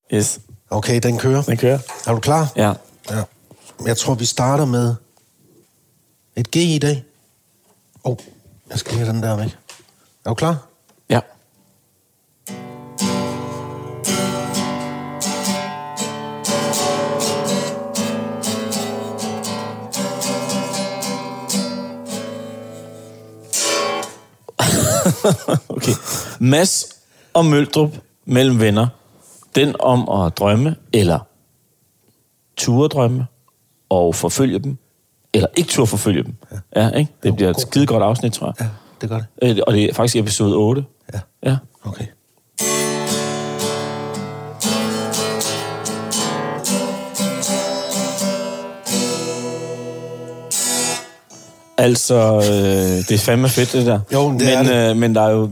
Yes. Okay, den kører. Den kører. Er du klar? Ja. Ja. Jeg tror, vi starter med et G i dag. Jeg skal lige have den der væk. Er du klar? Ja. Okay. Mads og Møldrup mellem venner. Den om at drømme, eller ture drømme, og forfølge dem, eller ikke turde forfølge dem. Ja, ikke? Det bliver et skide godt afsnit, tror jeg. Ja, det gør det. Og det er faktisk episode 8. Ja. Okay. Altså, det er fandme fedt, det der. Jo, det er det. Men der er jo,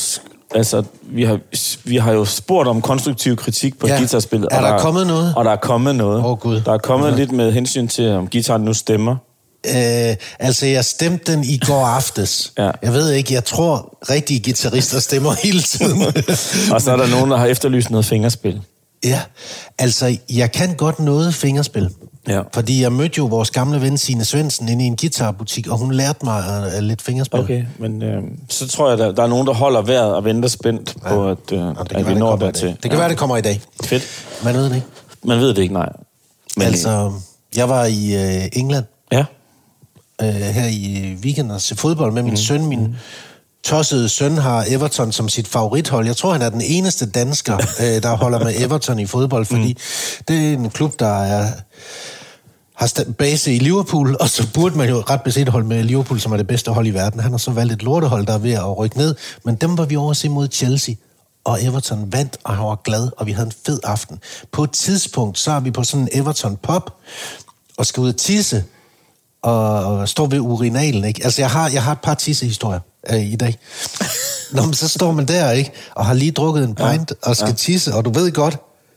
vi har jo spurgt om konstruktiv kritik på guitarspillet. Er der kommet noget? Og der er kommet noget. Gud. Der er kommet lidt med hensyn til, om guitaren nu stemmer. Jeg stemte den i går aftes. Ja. Jeg ved ikke, jeg tror rigtige guitarister stemmer hele tiden. Og så er der nogen, der har efterlyst noget fingerspil. Ja, altså, jeg kan godt noget fingerspil. Ja. Fordi jeg mødte jo vores gamle ven Signe Svendsen inde i en guitarbutik, og hun lærte mig lidt fingerspil. Okay, men så tror jeg, der er nogen, der holder vejret og venter spændt på, at vi når dertil. Det kan være, det kommer i dag. Fedt. Man ved det ikke. Man ved det ikke, nej. Men, altså, jeg var i England her i weekenden og se fodbold med min søn. Min tossede søn har Everton som sit favorithold. Jeg tror, han er den eneste dansker, der holder med Everton i fodbold, fordi det er en klub, der har base i Liverpool, og så burde man jo ret beset holde med Liverpool, som er det bedste hold i verden. Han har så valgt et lortehold, der er ved at rykke ned, men dem var vi over at se mod Chelsea, og Everton vandt, og han var glad, og vi havde en fed aften. På et tidspunkt, så er vi på sådan en Everton-pub, og skal ud og tisse, og står ved urinalen, ikke? Altså, jeg har et par tissehistorier i dag. Nå, men så står man der, ikke? Og har lige drukket en pint, og skal tisse, og du ved godt,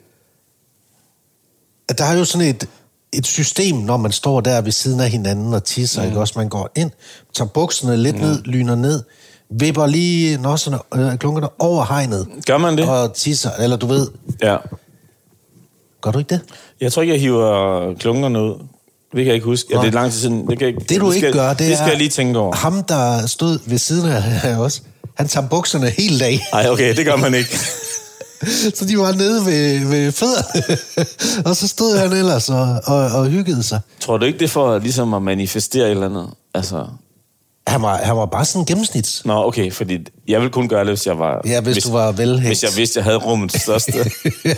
at der er jo sådan et system, når man står der ved siden af hinanden og tisser, ikke også? Man går ind, tager bukserne lidt ned, lyner ned, vipper lige nosserne, klunkerne over hegnet. Gør man det? Og tisser, eller du ved. Ja. Gør du ikke det? Jeg tror ikke, jeg hiver klunkerne ud. Det kan jeg ikke huske. Ja, det er lang tid siden. Det du ikke gør, det skal jeg lige tænke over. Ham, der stod ved siden af os, han tager bukserne hele dag. Nej, okay, det gør man ikke. Så de var nede ved fødderne. Og så stod han ellers og hyggede sig. Tror du ikke, det for ligesom at manifestere et eller andet? Altså... Han var bare sådan gennemsnits. Nå, okay, fordi jeg ville kun gøre det, hvis jeg var... Ja, hvis du var velhængt. Hvis jeg vidste, jeg havde rummets største. Ja.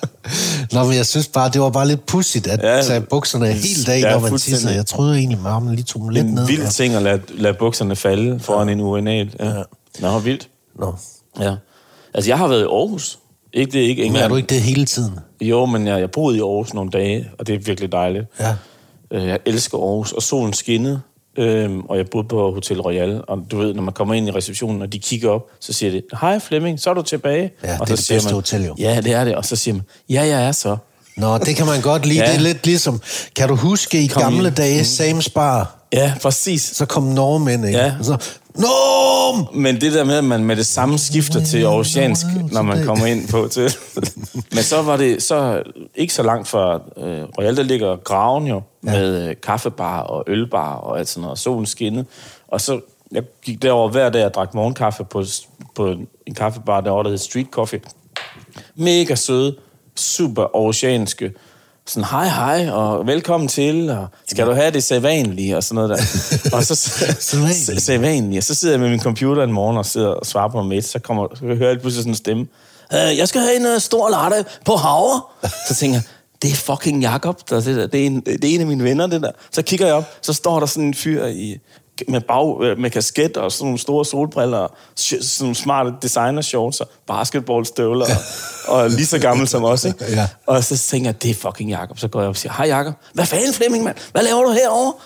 Nå, men jeg synes bare, det var bare lidt pudsigt at tage bukserne hele dag, når man tisser. Jeg troede egentlig, at man lige tog dem lidt ned. En vild ting at lade bukserne falde foran en urinal. Ja. Nå, vildt. Nå. Ja. Altså, jeg har været i Aarhus. Det er ikke England. Men er du ikke det hele tiden? Jo, men jeg boede i Aarhus nogle dage, og det er virkelig dejligt. Ja. Jeg elsker Aarhus, og solen skinnede. Og jeg boede på Hotel Royal, og du ved, når man kommer ind i receptionen, og de kigger op, så siger de, hej Flemming, så er du tilbage. Ja, og det er så det bedste hotel jo. Ja, det er det, og så siger man, ja, jeg er så. Nå, det kan man godt lide. Ja. Det er lidt ligesom, kan du huske i gamle dage, Sam's Bar? Ja, præcis. Så kom nordmænd, ikke? Ja. Og så, Norm! Men det der med, at man med det samme skifter til aarhusiansk, når man kommer ind på til. Men så var det så ikke så langt fra Royal, der ligger Graven jo, med kaffebar og ølbar og alt sådan noget, og solen skinnede. Og så, jeg gik derover hver dag og drak morgenkaffe på en kaffebar derovre, der hed Street Coffee. Mega søde, super aarhusianske. Sådan, hej, og velkommen til, og skal du have det sædvanlige, og sådan noget der. Og så sædvanlige. Og så sidder jeg med min computer en morgen og sidder og svarer på mail, så kan jeg høre pludselig sådan en stemme. Jeg skal have en stor latte på havre. Så tænker jeg, det er fucking Jakob, det er en af mine venner, det der. Så kigger jeg op, så står der sådan en fyr med kasket og sådan nogle store solbriller, og sådan nogle smarte designer-shorts og basketballstøvler, og lige så gammel som os, ikke? Ja. Og så tænker jeg, det er fucking Jakob. Så går jeg op og siger, hej Jakob, hvad fanden Flemming, mand? Hvad laver du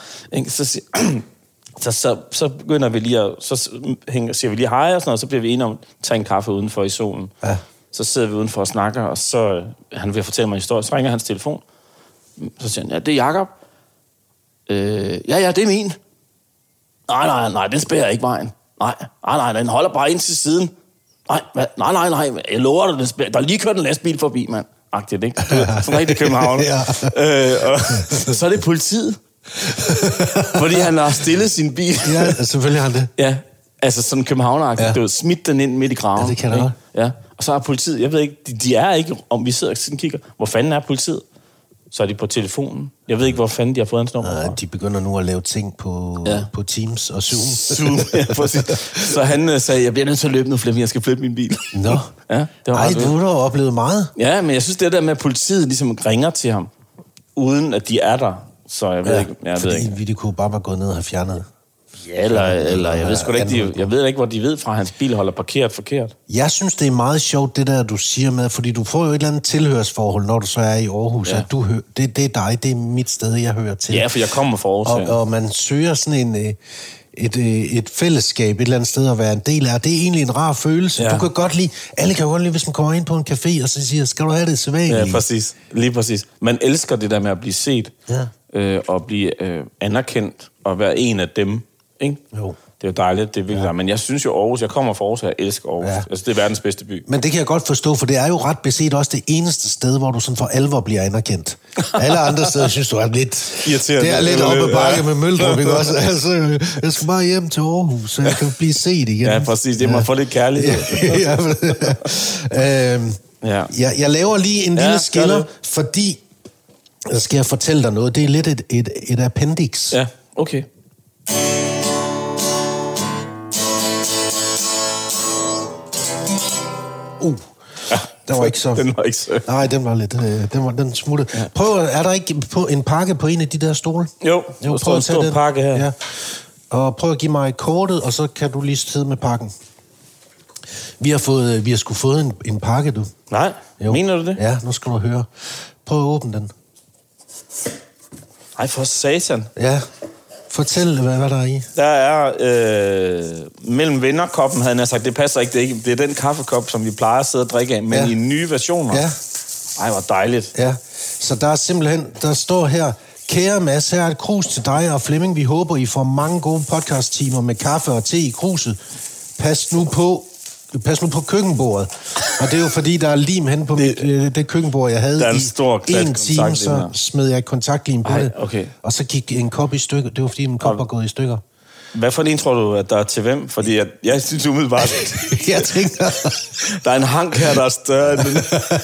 herovre? Så begynder vi lige siger vi lige hej og sådan noget, og så bliver vi enige om at tage en kaffe udenfor i solen. Ja. Så sidder vi udenfor og snakker, og så han vil fortælle mig en historie, så ringer hans telefon. Så siger han, ja, det er Jakob. Ja, det er min. Nej, den spærer ikke vejen. Nej, den holder bare ind til siden. Nej, jeg lover dig, der er lige kørt en lastbil forbi, mand. København-agtigt, ikke? Sådan rigtig København. Og så er det politiet. Fordi han har stillet sin bil. Ja, selvfølgelig har han det. Ja, altså sådan København-agtigt. Du smidt den ind midt i graven. Ja, det kan det godt. Ja, og så er politiet, jeg ved ikke, de er ikke, om vi sidder og kigger, hvor fanden er politiet? Så er de på telefonen. Jeg ved ikke, hvor fanden de har fået hans nummer fra. De begynder nu at lave ting på Teams og Zoom. Zoom, ja, præcis. Så han sagde, jeg bliver nødt til at løbe nu, Flemming, jeg skal flytte min bil. Nå. Ja, det var ej, du har oplevet meget. Ja, men jeg synes, det der med, at politiet ligesom ringer til ham, uden at de er der. Så jeg ved ikke. Fordi vi kunne bare gå ned og have fjernet. Ja, eller jeg ved sgu da ikke, jeg ved ikke, hvor de ved fra, at hans bil holder parkeret forkert. Jeg synes, det er meget sjovt, det der, du siger med, fordi du får jo et eller andet tilhørsforhold, når du så er i Aarhus, at du det er dig, det er mit sted, jeg hører til. Ja, for jeg kommer fra Aarhus. Og man søger sådan et fællesskab et eller andet sted at være en del af. Det er egentlig en rar følelse. Ja. Du kan godt lide, alle kan godt lide, hvis man kommer ind på en café, og så siger, skal du have det sædvanligt? Ja, præcis. Lige præcis. Man elsker det der med at blive set, og blive anerkendt, og være en af dem. Ikke? Jo. Det er jo dejligt, det er virkelig men jeg synes jo Aarhus, jeg kommer fra Aarhus, og jeg elsker Aarhus. Ja. Altså, det er verdens bedste by. Men det kan jeg godt forstå, for det er jo ret beset også det eneste sted, hvor du sådan for alvor bliver anerkendt. Alle andre steder synes du er lidt irriterende. Det er lidt op ad bakke med Møldrup, ikke også? Altså, jeg skal bare hjem til Aarhus, så jeg kan blive set igen. Ja, præcis. Det må få lidt kærlighed. Jeg laver lige en lille skiller, fordi skal jeg fortælle dig noget. Det er lidt et appendix. Ja, okay. Den var ikke så... Den var ikke så... Nej, den var lidt... Den smuttede. Ja. Prøv, er der ikke en pakke på en af de der stole? Jo, prøv at tage den. Pakke her. Ja. Og prøv at give mig kortet, og så kan du lige sidde med pakken. Vi har sgu fået en pakke, du. Nej, mener du det? Ja, nu skal du høre. Prøv at åbne den. Ej, for satan. Ja. Fortæl, hvad der er i. Der er mellem vennerkoppen, havde jeg sagt, det passer ikke. Det er den kaffekop, som vi plejer at sidde og drikke af, men i nye versioner. Ja. Ej, hvor dejligt. Ja, så der er simpelthen, der står her, kære Mads, her er et krus til dig og Flemming. Vi håber, I får mange gode podcast-timer med kaffe og te i kruset. Pas nu på køkkenbordet. Og det er jo fordi, der er lim hen på det køkkenbord, jeg havde i en time, så smed jeg kontaktlim på det. Okay. Og så gik en kop i stykker. Det var fordi, en kop var gået i stykker. Hvad for en tror du, at der er til hvem? Fordi jeg synes umiddelbart... jeg tænker... der er en hank her, der er større end den.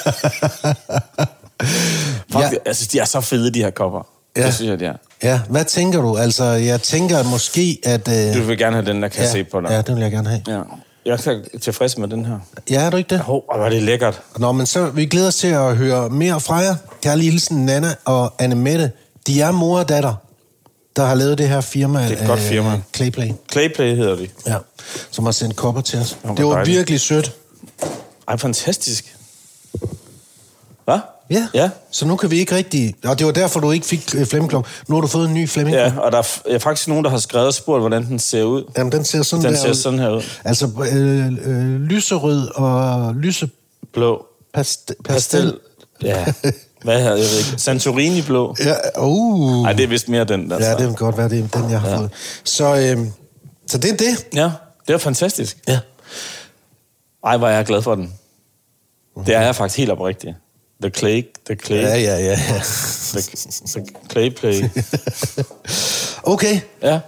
Faktisk, jeg synes, de er så fede, de her kopper. Ja. Det synes jeg, de er. Ja, hvad tænker du? Altså, jeg tænker at måske, at... Du vil gerne have den, der kan se på dig. Ja, det vil jeg gerne have. Ja. Jeg er tilfreds med den her. Ja, er du ikke det? Var det lækkert. Nå, men så vi glæder os til at høre mere fra jer. Kærlig hilsen, Nana og Annemette. De er mor og datter, der har lavet det her firma. Det er et godt firma. Clayplay. Clayplay hedder de. Ja, som har sendt kopper til os. Det var virkelig sødt. Ej, fantastisk. Hvad? Ja, så nu kan vi ikke rigtig... Og det var derfor, du ikke fik Flemmingklub. Nu har du fået en ny Flemmingklub. Ja, og der er faktisk nogen, der har skrevet og spurgt, hvordan den ser ud. Jamen, den ser sådan her ud. Altså, lyserød og blå. Pastel. Ja, hvad her? Jeg ved ikke. Santorini-blå. Ja, Ej, det er vist mere den, der. Ja, det kan godt være, det er den, jeg har fået. Så det er det. Ja, det er fantastisk. Ja. Ej, hvor er jeg glad for den. Det er jeg faktisk helt oprigtigt. The Clay. Ja. The Clayplay. Okay. Ja.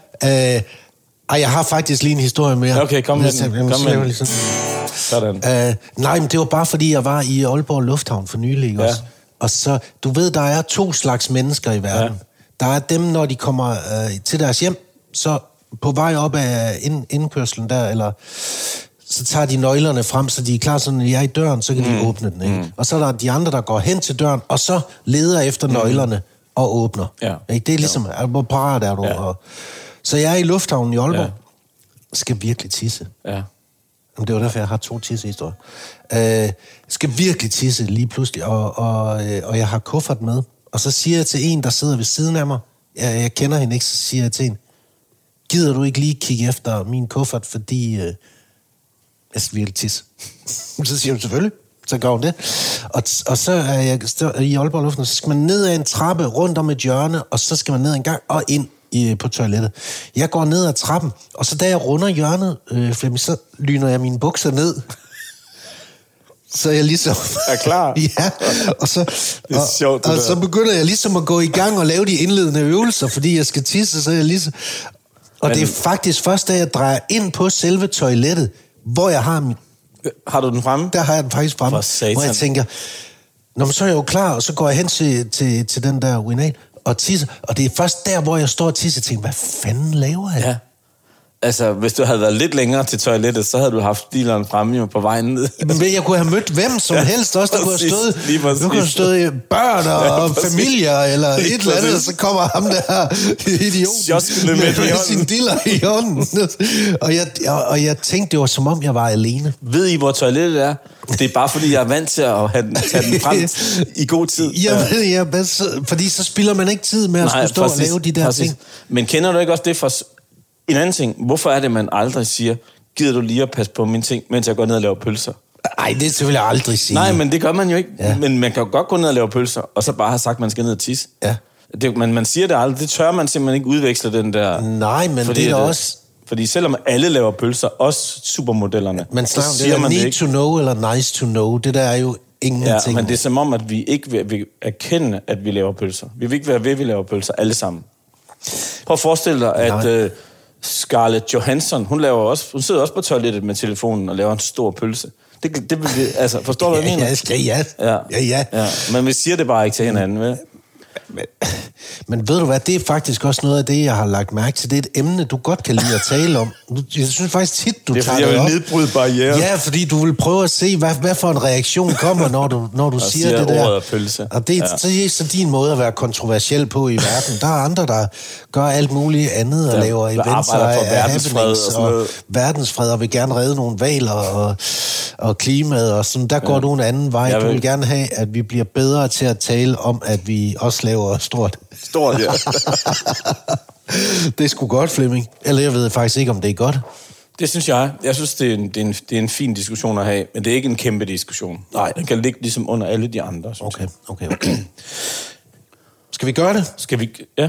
Jeg har faktisk lige en historie mere. Okay, kom med den. Sådan. Nej, men det var bare fordi, jeg var i Aalborg Lufthavn for nylig også. Og så, du ved, der er 2 slags mennesker i verden. Ja. Der er dem, når de kommer til deres hjem, så på vej op af indkørslen der, eller... så tager de nøglerne frem, så de er klar, så når de er i døren, så kan de åbne den, ikke? Og så er der de andre, der går hen til døren, og så leder efter nøglerne og åbner. Ja. Ikke? Det er ligesom, hvor parat er du? Ja. Så jeg er i lufthavnen i Aalborg. Skal virkelig tisse. Ja. Jamen, det var derfor, jeg har 2 tissehistorier. Skal virkelig tisse lige pludselig, og jeg har kuffert med. Og så siger jeg til en, der sidder ved siden af mig, jeg kender hende ikke, så siger jeg til hende, gider du ikke lige kigge efter min kuffert, fordi... jeg skal virkelig tisse. Så siger hun selvfølgelig, så gør hun det. Og så er jeg i Aalborg Luften, så skal man ned ad en trappe, rundt om et hjørne, og så skal man ned en gang og ind på toilettet. Jeg går ned ad trappen, og så da jeg runder hjørnet, Flemming, så lyner jeg mine bukser ned. så jeg ligesom... Er klar? Ja, og så, det er sjovt, og så begynder jeg ligesom at gå i gang og lave de indledende øvelser, fordi jeg skal tisse, så jeg ligesom... Og det er faktisk først, da jeg drejer ind på selve toilettet, hvor jeg har min... Har du den fremme? Der har jeg den faktisk fremme, hvor jeg tænker, så er jeg jo klar, og så går jeg hen til den der urinal og tisser, og det er først der, hvor jeg står og tisser og tænker, hvad fanden laver jeg? Ja. Altså, hvis du havde været lidt længere til toilettet, så havde du haft dealeren fremme jo på vejen ned. Men jeg kunne have mødt hvem som helst også. Der kunne have stået børn og familier eller et eller andet, og så kommer ham der idioten med sin diller i hånden. Og jeg tænkte, det var som om, jeg var alene. Ved I, hvor toilettet er? Det er bare fordi, jeg er vant til at tage den frem i god tid. Ja, fordi så spilder man ikke tid med at skulle stå og lave de der ting. Men kender du ikke også det fra... En anden ting, hvorfor er det, man aldrig siger, gider du lige at passe på mine ting, mens jeg går ned og laver pølser? Nej, det vil jeg aldrig sige. Nej, men det gør man jo ikke. Ja. Men man kan jo godt gå ned og lave pølser, og så bare have sagt, at man skal ned og tisse. Ja. Men man siger det aldrig. Det tør man simpelthen ikke udveksle den der... Nej, men det er også... Fordi selvom alle laver pølser, også supermodellerne... Men snakker det der need to know eller nice to know, det der er jo ingenting. Ja, men det er som om, at vi ikke vil erkende, at vi laver pølser. Vi vil ikke være ved, at vi laver pølser alle sammen. Prøv at forestille dig, at... Scarlett Johansson, hun sidder også på toilettet med telefonen og laver en stor pølse. Det altså, forstår du, hvad jeg mener? Ja. Men vi siger det bare ikke til hinanden, vel? Men ved du hvad, det er faktisk også noget af det, jeg har lagt mærke til. Det er et emne, du godt kan lide at tale om. Jeg synes faktisk tit, du tager det op. Det er fordi, jeg vil nedbryde barrieren. Ja, fordi du vil prøve at se, hvad for en reaktion kommer, når du siger det der. Ordet pølse. Og det er så din måde at være kontroversiel på i verden. Der er andre, der gør alt muligt andet og laver events og verdensfred og vil gerne redde nogle hvaler og klimaet og sådan. Der går du en anden vej. Du vil gerne have, at vi bliver bedre til at tale om, at vi også laver stort. Stort, ja. Det er sgu godt, Flemming. Eller jeg ved faktisk ikke, om det er godt. Det synes jeg. Jeg synes, det er en fin diskussion at have, men det er ikke en kæmpe diskussion. Nej, den kan ligge ligesom under alle de andre, synes jeg. Okay. Skal vi gøre det? Skal vi? Ja.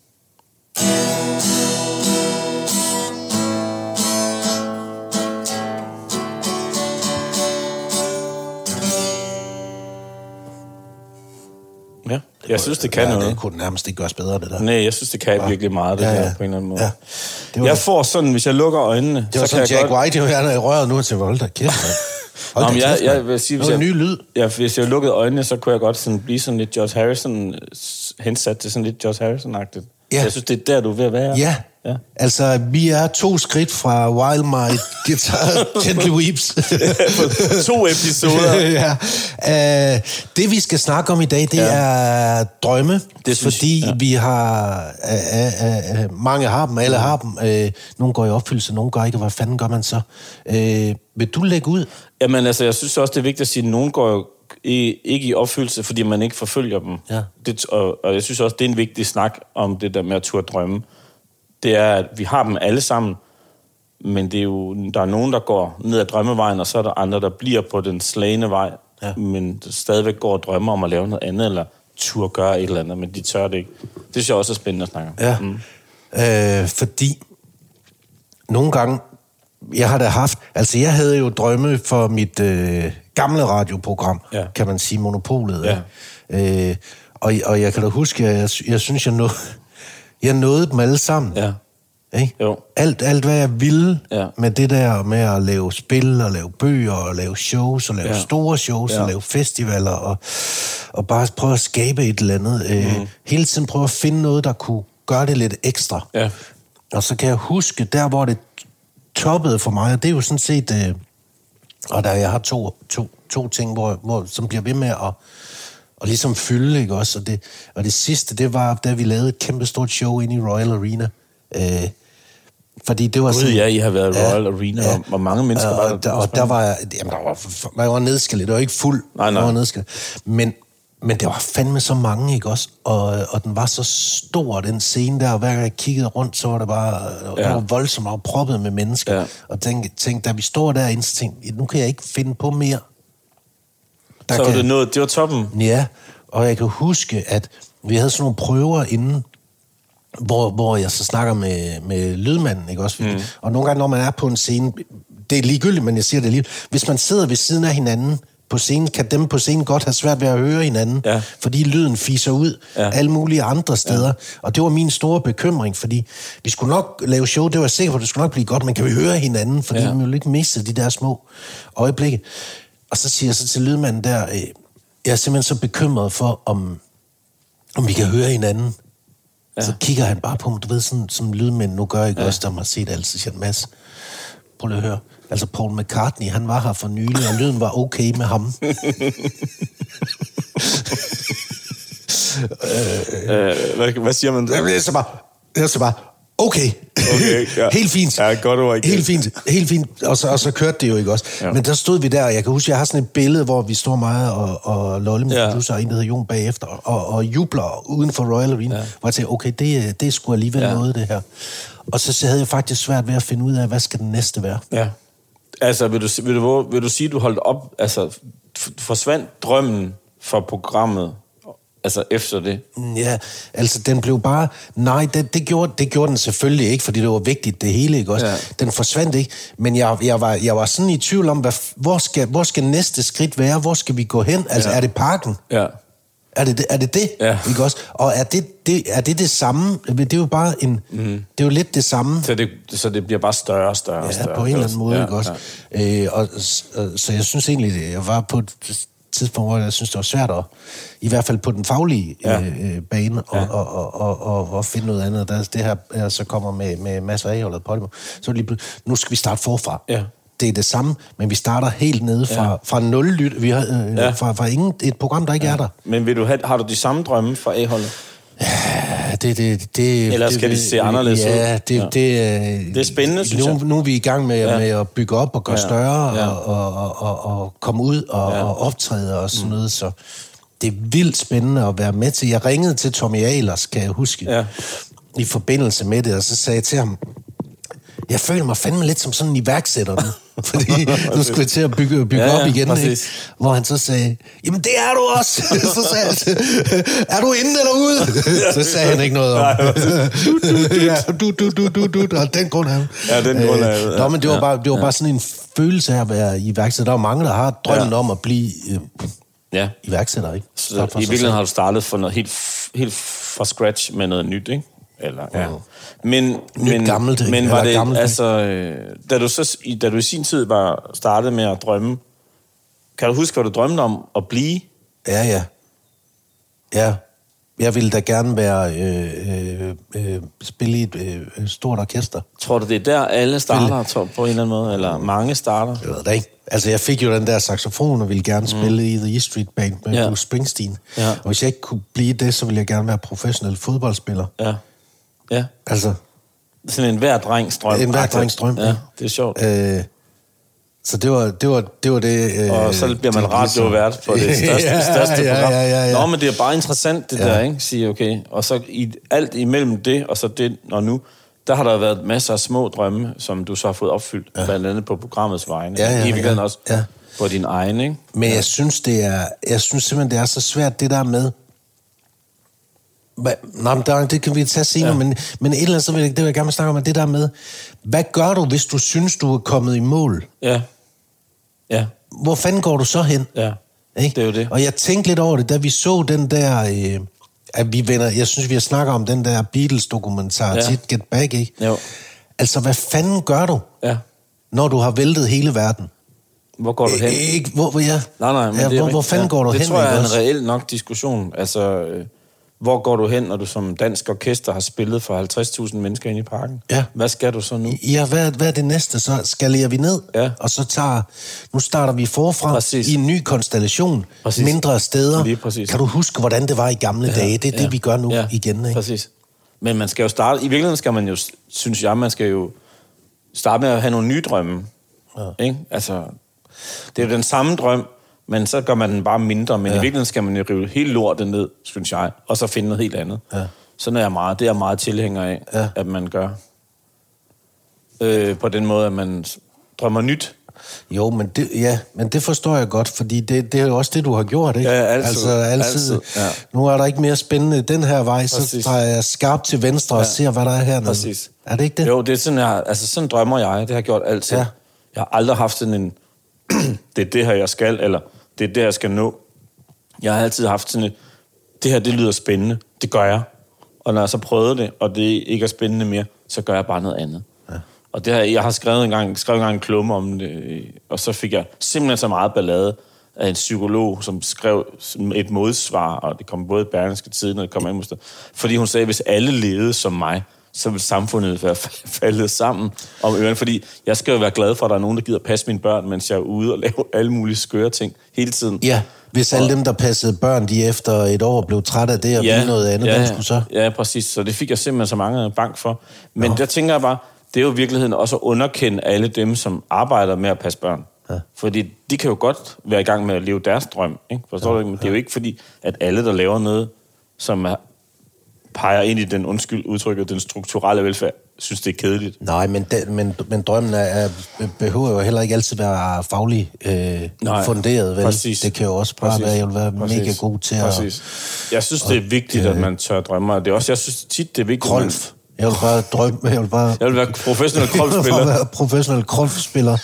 Ja, jeg synes, det kan noget. Det kunne nærmest ikke gøres bedre, det der. Nej, jeg synes, det kan virkelig meget, det der på en eller anden måde. Ja. Jeg får sådan, hvis jeg lukker øjnene... Det var sådan, Jack White, han er i røret nu til Volta. Kæft, jeg vil sige, hvis jeg, ny lyd. Ja, hvis jeg lukkede øjnene, så kunne jeg godt sådan blive sådan lidt George Harrison, hensat til sådan lidt George Harrison-agtigt. Ja. Jeg synes, det er der, du er ved at være. Ja. Altså, vi er 2 skridt fra While My Guitar Gently Weeps. 2 episoder. Ja. Det, vi skal snakke om i dag, det er drømme. Det fordi vi har... mange har dem, alle har dem. Nogle går i opfyldelse, nogle går ikke. Hvad fanden gør man så? Vil du lægge ud? Jamen, altså, jeg synes også, det er vigtigt at sige, at nogen går jo ikke i opfyldelse, fordi man ikke forfølger dem. Ja. Og jeg synes også, det er en vigtig snak om det der med at turde drømme. Det er, at vi har dem alle sammen, men det er jo, der er nogen, der går ned ad drømmevejen, og så er der andre, der bliver på den slagne vej, men stadigvæk går og drømmer om at lave noget andet, eller turde gøre et eller andet, men de tør det ikke. Det synes jeg også er spændende at snakke om. Ja, fordi nogle gange, jeg har da haft, altså jeg havde jo drømme for mit gamle radioprogram, kan man sige, Monopolet. Ja. Og jeg kan da huske, at jeg synes, jeg nåede dem alle sammen. Ja. Jo. Alt, hvad jeg ville med det der med at lave spil, og lave bøger, og lave shows, og lave store shows, og lave festivaler, og bare prøve at skabe et eller andet. Hele tiden prøve at finde noget, der kunne gøre det lidt ekstra. Ja. Og så kan jeg huske, der hvor det toppede for mig, og det er jo sådan set... og der jeg har to ting, som bliver ved med at ligesom fylde, ikke også? Og det sidste, det var, da vi lavede et kæmpe stort show inde i Royal Arena. Fordi det var sådan... Gud, I har været i Royal Arena, hvor mange mennesker var der? Og der var... Jamen, der var nedskaleret, det var ikke fuld. Nej. Der var nedskaleret. Men det var fandme så mange, ikke også? Og den var så stor, den scene der, og hver gang jeg kiggede rundt, så var det bare det var voldsomt og proppet med mennesker. Ja. Og tænkte, da vi står derinde, så tænkte nu kan jeg ikke finde på mere. Så var det noget, det var toppen? Ja, og jeg kan huske, at vi havde sådan nogle prøver inden, hvor jeg så snakker med lydmanden, ikke også? Og nogle gange, når man er på en scene, det er ligegyldigt, men jeg siger det lige, hvis man sidder ved siden af hinanden på scenen, kan dem på scenen godt have svært ved at høre hinanden, fordi lyden fiser ud alle mulige andre steder. Og det var min store bekymring, fordi vi skulle nok lave show, det var jeg sikker på, det skulle nok blive godt, men kan vi høre hinanden, fordi vi jo lidt mistet de der små øjeblikke. Og så siger jeg så til lydmanden der, jeg er simpelthen så bekymret for, om vi kan høre hinanden. Så kigger han bare på mig, du ved, sådan som lydmænd nu gør, ikke også, der har set altid, siger Mads, prøv lige at høre. Altså Paul McCartney, han var her for nylig, og lyden var okay med ham. Hvad siger man? Jeg så bare, okay, helt fint. Ja, godt ord igen. Helt fint. Og så kørte det jo ikke også. Ja. Men der stod vi der, og jeg kan huske, jeg har sådan et billede, hvor vi står mig og Lolle, min producer, og en, der hedder Jon bagefter, og jubler uden for Royal Arena, hvor jeg tænkte, okay, det er sgu alligevel noget, det her. Og så havde jeg faktisk svært ved at finde ud af, hvad skal den næste være. Ja. Altså, vil du sige, du holdt op, altså, forsvandt drømmen for programmet, altså efter det? Ja, altså den blev bare... Nej, det gjorde den selvfølgelig ikke, fordi det var vigtigt, det hele, ikke også? Ja. Den forsvandt ikke, men jeg var sådan i tvivl om, hvor skal næste skridt være? Hvor skal vi gå hen? Altså, er det parken? Ja. Er det det? Ja. Ikke også? Og er det samme? Det er jo bare en... Det er jo lidt det samme. Så det bliver bare større og større og større. Ja, på en eller anden måde, ikke også? Ja. Så jeg synes egentlig, jeg var på et tidspunkt, hvor jeg synes, det var svært at, i hvert fald på den faglige bane, og finde noget andet. Da det her så kommer med Mads Ageholdet på Podimo, så lige nu skal vi starte forfra. Ja. Det er det samme, men vi starter helt nede fra nul lyt. Vi har fra et program, der ikke er der. Men har du de samme drømme fra A-holdet? Ja, det... Eller skal de se anderledes ud? Ja, det er spændende, synes jeg. Nu er vi i gang med at bygge op og gøre større, og komme ud og optræde og sådan noget, så det er vildt spændende at være med til. Jeg ringede til Tommy Ahlers, kan jeg huske, i forbindelse med det, og så sagde jeg til ham, jeg føler mig fandme lidt som sådan en iværksætter nu. Fordi nu skal vi til at bygge op igen, ikke? Hvor han så sagde, jamen det er du også. Så sagde han, er du inde eller ude? Så sagde han ikke noget om. Du. Og den grund af. Ja, den grund af. Nå, men det var bare sådan en følelse af at være iværksætter. Der er mange, der har drømmen om at blive iværksætter, ikke? Så i virkeligheden har du startet for noget helt fra scratch med noget nyt, ikke? Eller, Men var det gammelt, altså, da du i sin tid var startet med at drømme, kan du huske, hvad du drømte om at blive? Ja. Jeg ville da gerne spille i et stort orkester. Tror du, det er der alle starter på en eller anden måde? Eller mange starter? Jeg ved det ikke. Altså, jeg fik jo den der saxofon og ville gerne spille i The E Street Band med Bruce Springsteen. Ja. Og hvis jeg ikke kunne blive det, så ville jeg gerne være professionel fodboldspiller. Ja. Altså... Sådan en hver drengs drøm. En hver drengs drøm, ja. Det er sjovt. Så det var det... og så bliver man radiovært på det største program. Ja. Nå, men det er bare interessant, det der, ikke? Sige, okay. Og så alt imellem det, og så det, og nu, der har der været masser af små drømme, som du så har fået opfyldt, blandt andet på programmets vegne. I virkeligheden også på din egen, ikke? Men jeg synes simpelthen, det er så svært, det der med... Nej, det kan vi tage senere, men et eller andet, så vil jeg gerne snakke om, at det der med, hvad gør du, hvis du synes, du er kommet i mål? Ja. Hvor fanden går du så hen? Ja, ikke? Det er jo det. Og jeg tænkte lidt over det, da vi så den der, at vi vender, jeg synes, vi har snakket om den der Beatles-dokumentar, tit Get Back, ikke? Jo. Altså, hvad fanden gør du, når du har væltet hele verden? Hvor går du hen? Nej, men hvor fanden går du hen? Det tror jeg er en reel nok diskussion, altså... Hvor går du hen, når du som dansk orkester har spillet for 50.000 mennesker inde i parken? Ja. Hvad skal du så nu? Ja, hvad er det næste? Så skalerer vi ned, og så nu starter vi forfra i en ny konstellation, mindre steder. Lige præcis. Kan du huske, hvordan det var i gamle dage? Det er det, vi gør nu igen, ikke? Præcis. Men man skal jo starte, i virkeligheden skal man jo, synes jeg, man skal jo starte med at have nogle nye drømme. Ikke? Altså, det er jo den samme drøm, men så gør man den bare mindre. Men i virkeligheden skal man jo rive helt lortet ned, synes jeg, og så finde noget helt andet. Ja. Sådan det er jeg meget tilhænger af, at man gør. På den måde, at man drømmer nyt. Jo, men det forstår jeg godt, fordi det er jo også det, du har gjort, ikke? Ja, altid. Ja. Nu er der ikke mere spændende den her vej, så tager jeg skarpt til venstre og ser, hvad der er hernede. Præcis. Er det ikke det? Jo, det er sådan, sådan drømmer jeg. Det har jeg gjort altid. Ja. Jeg har aldrig haft sådan en, det er det her, jeg skal, eller det er det, jeg skal nå. Jeg har altid haft sådan et, det her, det lyder spændende, det gør jeg. Og når jeg så prøvede det, og det ikke er spændende mere, så gør jeg bare noget andet. Ja. Og det her, jeg har skrevet engang en klumme om det, og så fik jeg simpelthen så meget ballade af en psykolog, som skrev et modsvar, og det kom både i Berlingske Tidende, og det kom ind, fordi hun sagde, at hvis alle levede som mig, så vil samfundet være faldet sammen om ørerne, fordi jeg skal jo være glad for, at der er nogen, der gider passe mine børn, mens jeg er ude og lave alle mulige skøre ting hele tiden. Ja, hvis alle dem, der passede børn, de efter et år blev trætte af det og ville noget andet, hvem skulle så? Ja, præcis. Så det fik jeg simpelthen så mange bank for. Men der tænker jeg bare, det er jo i virkeligheden også at underkende alle dem, som arbejder med at passe børn. Ja. Fordi de kan jo godt være i gang med at leve deres drøm. Ikke? Forstår du ikke? Men det er jo ikke fordi, at alle, der laver noget, som peger ind i den udtrykket, den strukturelle velfærd, synes, det er kedeligt. Nej, men drømmen behøver jo heller ikke altid være faglig funderet. Vel? Præcis. Det kan jo også bare være, at jeg vil være mega god til at... Jeg synes, det er vigtigt, at man tør drømme. Det er også, jeg synes tit, det er vigtigt, Krolf. Jeg vil bare drømme. Jeg vil være professionel krolfspiller. Jeg vil være professionel krolfspiller.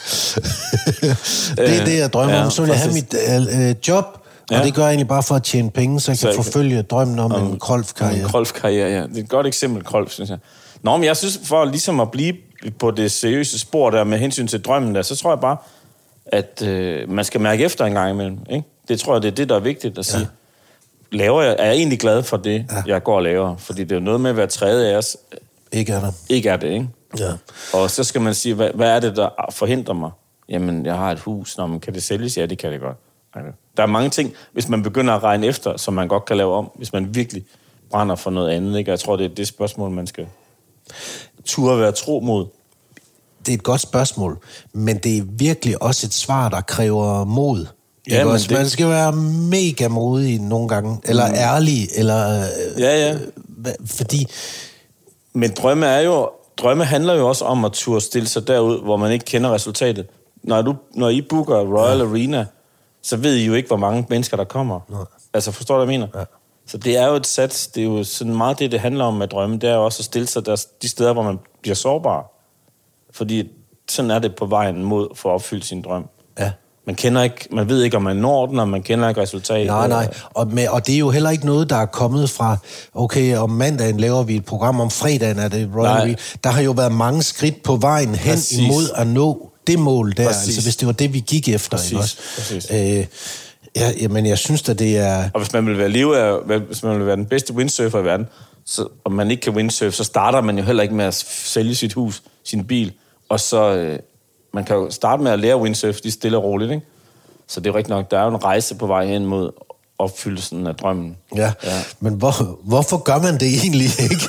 Det er det, jeg drømmer om. Så vil jeg have mit job, og det gør jeg egentlig bare for at tjene penge, så jeg kan forfølge drømmen om en krolfkarriere. En krolfkarriere, ja. Det er et godt eksempel, krolf, synes jeg. Nå, men jeg synes, for ligesom at blive på det seriøse spor der med hensyn til drømmen der, så tror jeg bare, at man skal mærke efter en gang imellem. Ikke? Det tror jeg, det er det, der er vigtigt at sige. Er jeg egentlig glad for det, jeg går og laver? Fordi det er jo noget med at være træet af os. Ikke er det, ikke? Ja. Og så skal man sige, hvad er det, der forhindrer mig? Jamen, jeg har et hus. Nå, men kan det sælges? Ja, det kan det godt. Der er mange ting, hvis man begynder at regne efter, som man godt kan lave om, hvis man virkelig brænder for noget andet. Ikke? Jeg tror, det er det spørgsmål, man skal turde være tro mod. Det er et godt spørgsmål, men det er virkelig også et svar, der kræver mod. Ja, men man skal være mega modig nogle gange, eller ærlig, eller... Fordi... Men drømme handler jo også om at turde stille sig derud, hvor man ikke kender resultatet. Når I booker Royal Arena, så ved I jo ikke, hvor mange mennesker, der kommer. Nej. Altså, forstår du, hvad jeg mener? Ja. Så det er jo et sats, det er jo sådan meget det handler om med drømme, det er jo også at stille sig de steder, hvor man bliver sårbar. Fordi sådan er det på vejen mod for at opfylde sin drøm. Ja. Man ved ikke, om man når den, og man kender ikke resultatet. Nej. Og det er jo heller ikke noget, der er kommet fra, okay, om mandagen laver vi et program, om fredagen er det Royal Arena. Der har jo været mange skridt på vejen hen imod at nå det mål der. Præcis. Altså, hvis det var det, vi gik efter. Præcis. Men jeg synes, at det er... Og hvis man vil være den bedste windsurfer i verden, og man ikke kan windsurfe, så starter man jo heller ikke med at sælge sit hus, sin bil, og så... Man kan jo starte med at lære windsurf, de stille og roligt, ikke? Så det er jo rigtigt nok, der er jo en rejse på vej hen mod opfyldelsen af drømmen. Ja. Men hvorfor gør man det egentlig ikke?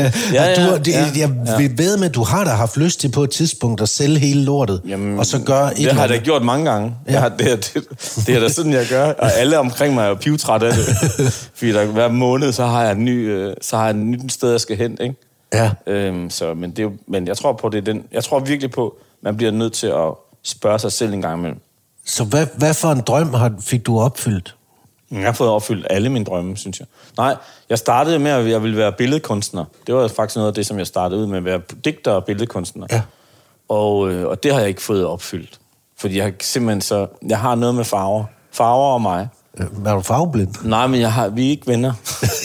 Jeg ved med, at du har da haft lyst til på et tidspunkt at sælge hele lortet, og så gøre det har jeg da gjort mange gange. Ja. Det er da sådan, jeg gør, og alle omkring mig er jo pivtræt af det. Fordi hver måned, så har jeg et nyt sted, jeg skal hen, ikke? Ja. Men jeg tror på det. Jeg tror virkelig på, man bliver nødt til at spørge sig selv en gang imellem. Så hvad for en drøm fik du opfyldt? Jeg har fået opfyldt alle mine drømme, synes jeg. Nej, jeg startede med, at jeg ville være billedkunstner. Det var faktisk noget af det, som jeg startede ud med, at være digter og billedkunstner. Ja. Og det har jeg ikke fået opfyldt. Fordi jeg har noget med farver. Farver og mig. Er du farveblind? Nej, men vi er ikke venner.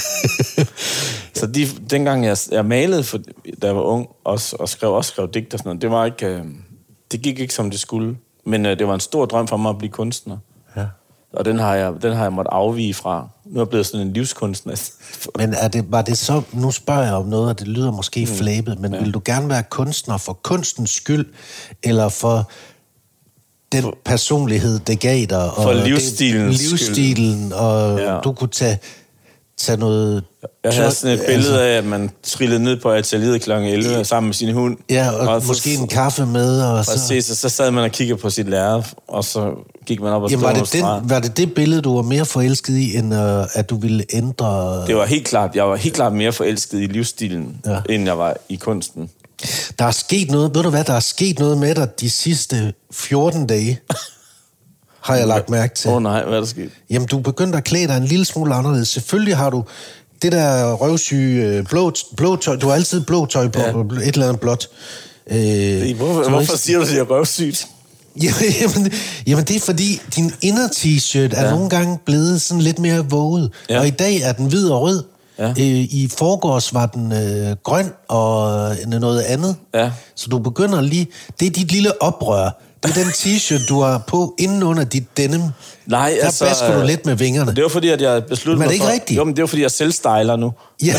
Så dengang jeg malede, da jeg var ung, og skrev digt og sådan noget, det var ikke... Det gik ikke, som det skulle. Men det var en stor drøm for mig at blive kunstner. Ja. Og den har jeg måttet afvige fra. Nu er jeg blevet sådan en livskunstner. Men var det så... Nu spørger jeg om noget, og det lyder måske flabet, men vil du gerne være kunstner for kunstens skyld, eller for den personlighed, det gav dig? For livsstilen og du kunne tage noget... Jeg havde sådan et billede af, at man trillede ned på atelieret kl. 11 sammen med sin hund. Ja, og måske en kaffe med. Og præcis, og så sad man og kiggede på sit lærred, og så gik man op og stod var det det billede, du var mere forelsket i, end at du ville ændre... Det var helt klart. Jeg var helt klart mere forelsket i livsstilen, end jeg var i kunsten. Der er sket noget, ved du hvad, der er sket noget med dig de sidste 14 dage. Har jeg lagt mærke til. Nej, hvad er der sket? Jamen, du begyndte at klæde dig en lille smule anderledes. Selvfølgelig har du det der røvsyge blå tøj. Du har altid blå tøj på, et eller andet blåt. Hvorfor siger du, det er røvsygt? Jamen, det er fordi, din inner t-shirt er nogle gange blevet sådan lidt mere våget. Ja. Og i dag er den hvid og rød. Ja. I forgårs var den grøn og noget andet. Ja. Så du begynder lige... Det er dit lille oprør. Det er den t-shirt, du har på inden under dit denim. Nej, der basker du lidt med vingerne. Det var fordi, at jeg besluttede mig for... Men er det ikke rigtigt? Jo, men det var fordi, jeg selv styler nu. Ja.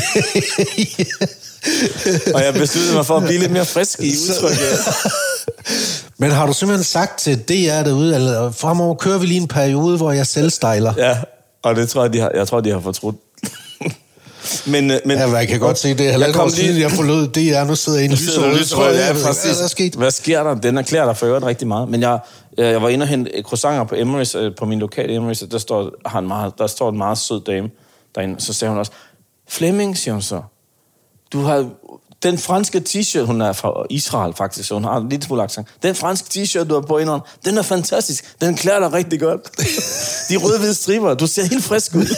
Og jeg besluttede mig for at blive lidt mere frisk i udtrykket. Men har du simpelthen sagt til DR derude, eller fremover kører vi lige en periode, hvor jeg selv styler? Ja, og det tror jeg, de har fortrudt. Men ja, jeg kan godt se det. Jeg forlod DR, nu sidder jeg i en lyserød. Ja, præcis. Hvad sker der? Den erklærer dig for øvrigt rigtig meget. Men jeg var inde og hente croissanter på Emirates, på min lokale Emirates, der står en meget sød dame derinde. Så sagde hun også, Flemming, siger hun så, du har... Den franske t-shirt, hun er fra Israel faktisk, så hun har en lille smule accent. Den franske t-shirt, du har på inderen, den er fantastisk. Den klæder dig rigtig godt. De rød-hvide striber, du ser helt frisk ud.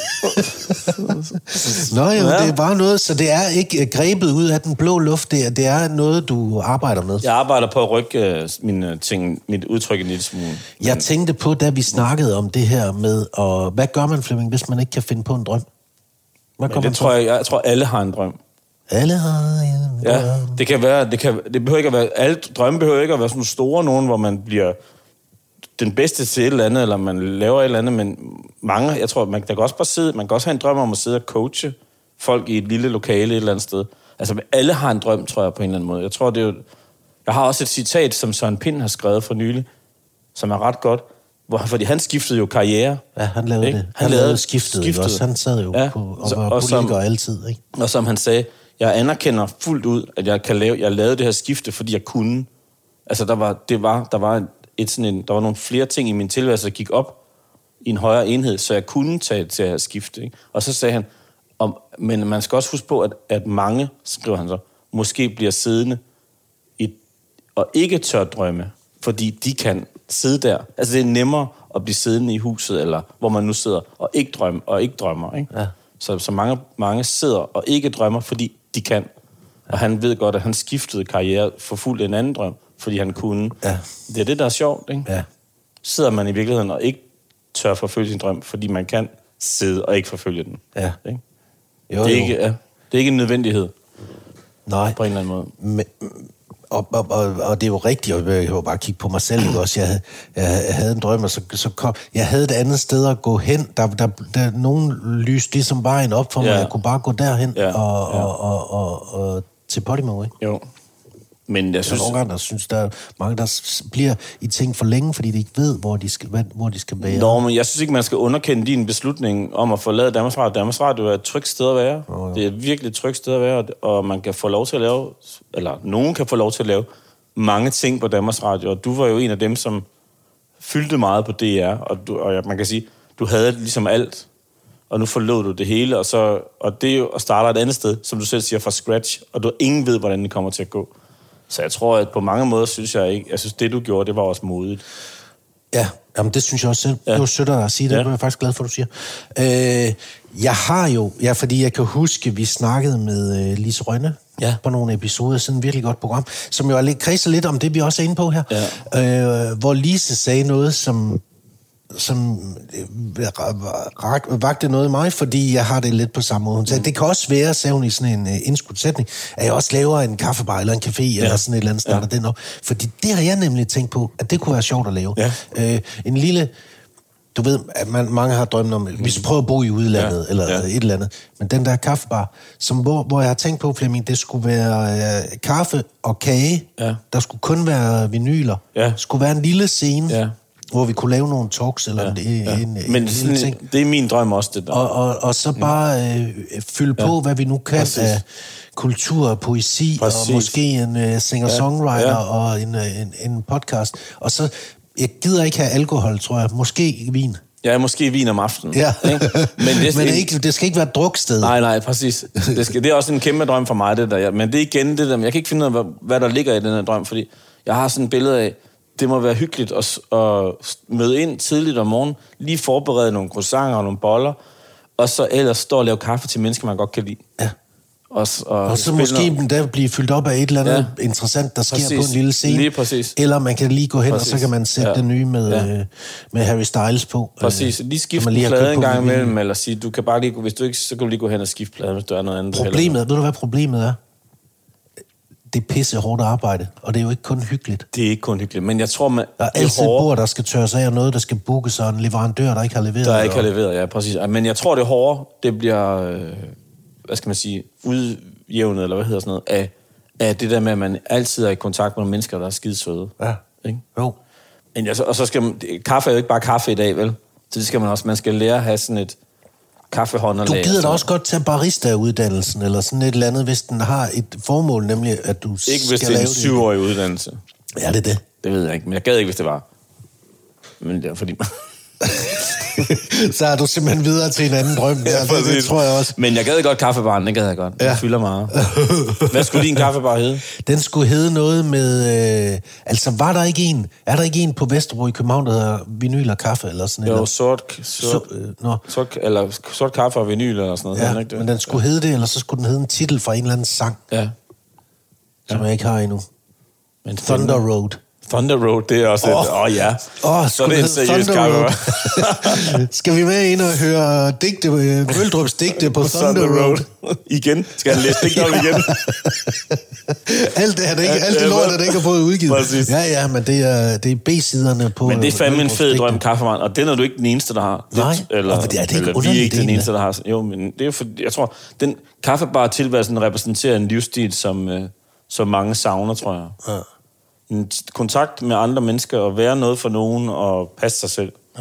Nå jo, ja. Det er bare noget, så det er ikke grebet ud af den blå luft, det er noget, du arbejder med. Jeg arbejder på at rykke mit udtryk en lille smule. Jeg tænkte på, da vi snakkede om det her med, og hvad gør man, Flemming, hvis man ikke kan finde på en drøm? Jeg tror, alle har en drøm. Alle har en drøm. Ja, det kan være, det behøver ikke at være, alle drømme behøver ikke at være sådan store nogen, hvor man bliver den bedste til et eller andet, eller man laver et eller andet, men mange, jeg tror, man kan også bare sidde, man kan også have en drøm om at sidde og coache folk i et lille lokale et eller andet sted. Altså, alle har en drøm, tror jeg, på en eller anden måde. Jeg tror, det er jo, jeg har også et citat, som Søren Pind har skrevet for nylig, som er ret godt, fordi han skiftede jo karriere. Ja, han lavede det. Han lavede skiftet. Også. Han sad jo på, og var politiker altid, ikke? Og som han sagde, jeg anerkender fuldt ud, at jeg lavede det her skifte, fordi jeg kunne. Altså, der var nogle flere ting i min tilværelse, der gik op i en højere enhed, så jeg kunne tage til at skifte. Ikke? Og så sagde han, men man skal også huske på, at mange, skriver han så, måske bliver siddende og ikke tør drømme, fordi de kan sidde der. Altså, det er nemmere at blive siddende i huset, eller hvor man nu sidder, og ikke drømmer. Ikke? Ja. Så mange sidder og ikke drømmer, fordi de kan. Og han ved godt, at han skiftede karriere for fuldt en anden drøm, fordi han kunne. Ja. Det er det, der er sjovt, ikke? Ja. Sidder man i virkeligheden og ikke tør forfølge sin drøm, fordi man kan sidde og ikke forfølge den. Ja. Ikke? Jo, det er ikke en nødvendighed. Nej. På en eller anden måde. Men, og det er jo rigtigt, og jeg kan jo bare kigge på mig selv, ikke også? Jeg havde en drøm, og så kom... Jeg havde et andet sted at gå hen. Der nogen lyste ligesom vejen op for mig. Jeg kunne bare gå derhen og til Podimo, ikke? Jo. Men jeg synes... Nogle gange, der synes, der er mange, der bliver i ting for længe, fordi de ikke ved, hvor de skal være. Nå, men jeg synes ikke, man skal underkende din beslutning om at forlade Danmarks Radio. Danmarks Radio er et trygt sted at være. Det er et virkelig trygt sted at være, og man kan få lov til at lave, eller nogen kan få lov til at lave mange ting på Danmarks Radio, og du var jo en af dem, som fyldte meget på DR, og man kan sige, du havde ligesom alt, og nu forlod du det hele, og det er jo at starte et andet sted, som du selv siger, fra scratch, og ingen ved, hvordan det kommer til at gå. Så jeg tror, at på mange måder synes jeg det du gjorde, det var også modigt. Ja, jamen det synes jeg også selv. Ja. Det var sødt at sige det. Ja. Det er jeg faktisk glad for, at du siger. Jeg har jo, fordi jeg kan huske, vi snakkede med Lise Rønne på nogle episoder, sådan et virkelig godt program, som jo kredser lidt om det, vi også er inde på her. Ja. Hvor Lise sagde noget, som vagte noget i mig, fordi jeg har det lidt på samme måde. Hun sagde, det kan også være, sagde hun i sådan en indskudsætning, at jeg også laver en kaffebar eller en café eller sådan et eller andet sted, den op. Fordi det har jeg nemlig tænkt på, at det kunne være sjovt at lave. Ja. En lille... Du ved, at mange har drømt om, vi skal prøve at bo i udlandet, eller et eller andet. Men den der kaffebar, hvor jeg har tænkt på, Flemming, det skulle være kaffe og kage. Ja. Der skulle kun være vinyler. Ja. Skulle være en lille scene, hvor vi kunne lave nogle talks, eller men sådan, ting. Det er min drøm også, det der. Og så bare fylde på, hvad vi nu kan af kultur og poesi, og måske en singer-songwriter og en podcast. Og så... Jeg gider ikke have alkohol, tror jeg. Måske vin. Ja, måske vin om aftenen. Ja. Men det skal ikke være et druksted. Nej, præcis. Det er også en kæmpe drøm for mig, det der. Men det er igen det der. Jeg kan ikke finde ud af, hvad der ligger i den her drøm, fordi jeg har sådan et billede af, det må være hyggeligt at møde ind tidligt om morgenen, lige forberede nogle croissanter og nogle boller, og så ellers stå og lave kaffe til mennesker, man godt kan lide. Ja. Og så måske der blive fyldt op af et eller andet interessant, der sker på en lille scene. Lige præcis. Eller man kan lige gå hen, og så kan man sætte det nye med Harry Styles på. Præcis. Lige skifte plade en gang imellem, eller sige, du kan bare lige, hvis du ikke, så kan du lige gå hen og skifte plade, hvis du er noget andet. Ved du hvad problemet er? Det er pisse hårdt arbejde, og det er jo ikke kun hyggeligt. Det er ikke kun hyggeligt, men jeg tror, man... Der er altid et bord, der skal tørres af, og noget, der skal bookes, og en leverandør, der ikke har leveret. Der ikke har leveret, ja, præcis. Men jeg tror, det er hårdere. Det bliver, hvad skal man sige, udjævnet, eller hvad hedder sådan noget, af det der med, at man altid er i kontakt med nogle mennesker, der er skide søde. Ja, ikke? Jo. Men og så skal man... Kaffe er jo ikke bare kaffe i dag, vel? Så det skal man også... Man skal lære at have sådan et kaffehånderlag. Du gider da også godt tage barista-uddannelsen, eller sådan et eller andet, hvis den har et formål, nemlig at du skal lave det. Ikke hvis det er en 7-årig uddannelse. Ja, det er det. Det ved jeg ikke, men jeg gad ikke, hvis det var. Men det er fordi... Så er du simpelthen videre til en anden drøm. Ja, det tror jeg også. Men jeg gad godt kaffebaren, det gad jeg godt. Ja. Jeg fylder meget. Hvad skulle din kaffebar hedde? Den skulle hedde noget med... altså, er der ikke en på Vesterbro i København, der hedder vinyl og kaffe, eller sådan noget? Jo, sort kaffe og vinyl, eller sådan noget. Ja, ikke det? Men den skulle hedde det, eller så skulle den hedde en titel fra en eller anden sang. Ja. Som jeg ikke har endnu. Men Thunder Road. Thunder Road, det er også så er det en seriøs kaffe. Skal vi med ind og høre Møldrups digte på Thunder Road? Igen? Skal jeg læse digte op igen? alt det lort, der ikke har fået udgivet. Præcis. Ja, men det er B-siderne på... Men det er fandme en fed drøm kaffemand, og den er du ikke den eneste, der har. Nej, eller vi er ikke den eneste, der har. Jo, men det er for, jeg tror, den kaffebar-tilværelsen repræsenterer en livsstil, som mange savner, tror jeg. Ja. En kontakt med andre mennesker, og være noget for nogen, og passe sig selv. Ja.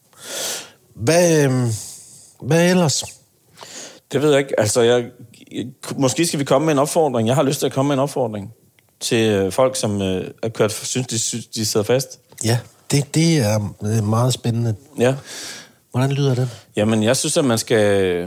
Hvad ellers? Det ved jeg ikke. Altså, måske skal vi komme med en opfordring. Jeg har lyst til at komme med en opfordring til folk, som er kørt, synes, de sidder fast. Ja, det er meget spændende. Ja. Hvordan lyder det? Jamen, jeg synes, at man skal...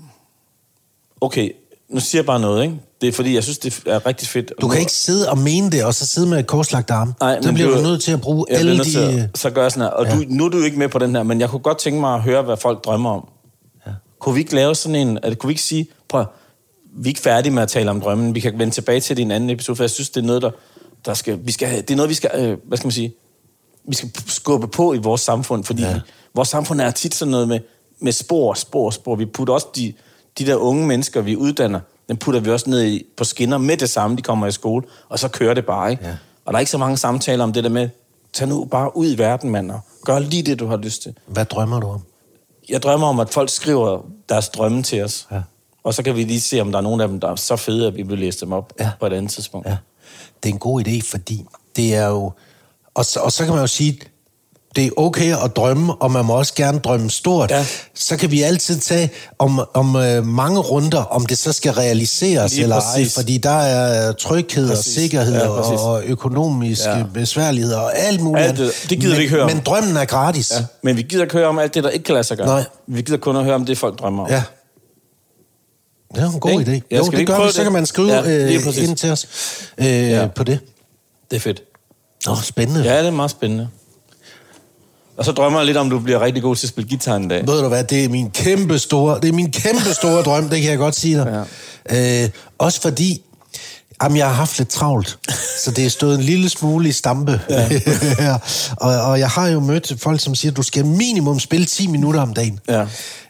Okay, nu siger jeg bare noget, ikke? Det er fordi, jeg synes, det er rigtig fedt. Du kan ikke sidde og mene det, og så sidde med et korslagt arm. Nej, så bliver du nødt til at bruge alle de... Så gør jeg sådan her. Og nu er du ikke med på den her, men jeg kunne godt tænke mig at høre, hvad folk drømmer om. Ja. Kunne vi ikke lave sådan en... Kunne vi ikke sige... Prøv, vi er ikke færdige med at tale om drømmen. Vi kan vende tilbage til det i en anden episode, for jeg synes, det er noget, der skal... Det er noget, vi skal... hvad skal man sige? Vi skal skubbe på i vores samfund, fordi vores samfund er tit sådan noget med spor. Vi putter også de der unge mennesker, vi uddanner, den putter vi også ned på skinner med det samme, de kommer i skole, og så kører det bare, ikke? Ja. Og der er ikke så mange samtaler om det der med, tag nu bare ud i verden, mand, og gør lige det, du har lyst til. Hvad drømmer du om? Jeg drømmer om, at folk skriver deres drømme til os. Ja. Og så kan vi lige se, om der er nogen af dem, der er så fede, at vi vil læse dem op på et andet tidspunkt. Ja. Det er en god idé, fordi det er jo... Og så kan man jo sige... Det er okay at drømme, og man må også gerne drømme stort. Ja. Så kan vi altid tage om mange runder, om det så skal realiseres lige eller ej, fordi der er tryghed og sikkerhed og økonomiske besværligheder og alt muligt. Alt det gider vi ikke høre om. Men drømmen er gratis. Ja. Men vi gider ikke høre om alt det, der ikke kan lade sig gøre. Nej. Vi gider kun at høre om det, folk drømmer om. Ja. Det er en god idé. Jo, det gør vi. Så kan man skrive ind til os på det. Det er fedt. Spændende. Ja, det er meget spændende. Og så drømmer jeg lidt om, du bliver rigtig god til at spille guitar en dag. Ved du hvad, det er min kæmpe store drøm, det kan jeg godt sige dig. Ja. Også fordi, jeg har haft lidt travlt, så det er stået en lille smule i stampe. Ja. og jeg har jo mødt folk, som siger, at du skal minimum spille 10 minutter om dagen. Ja.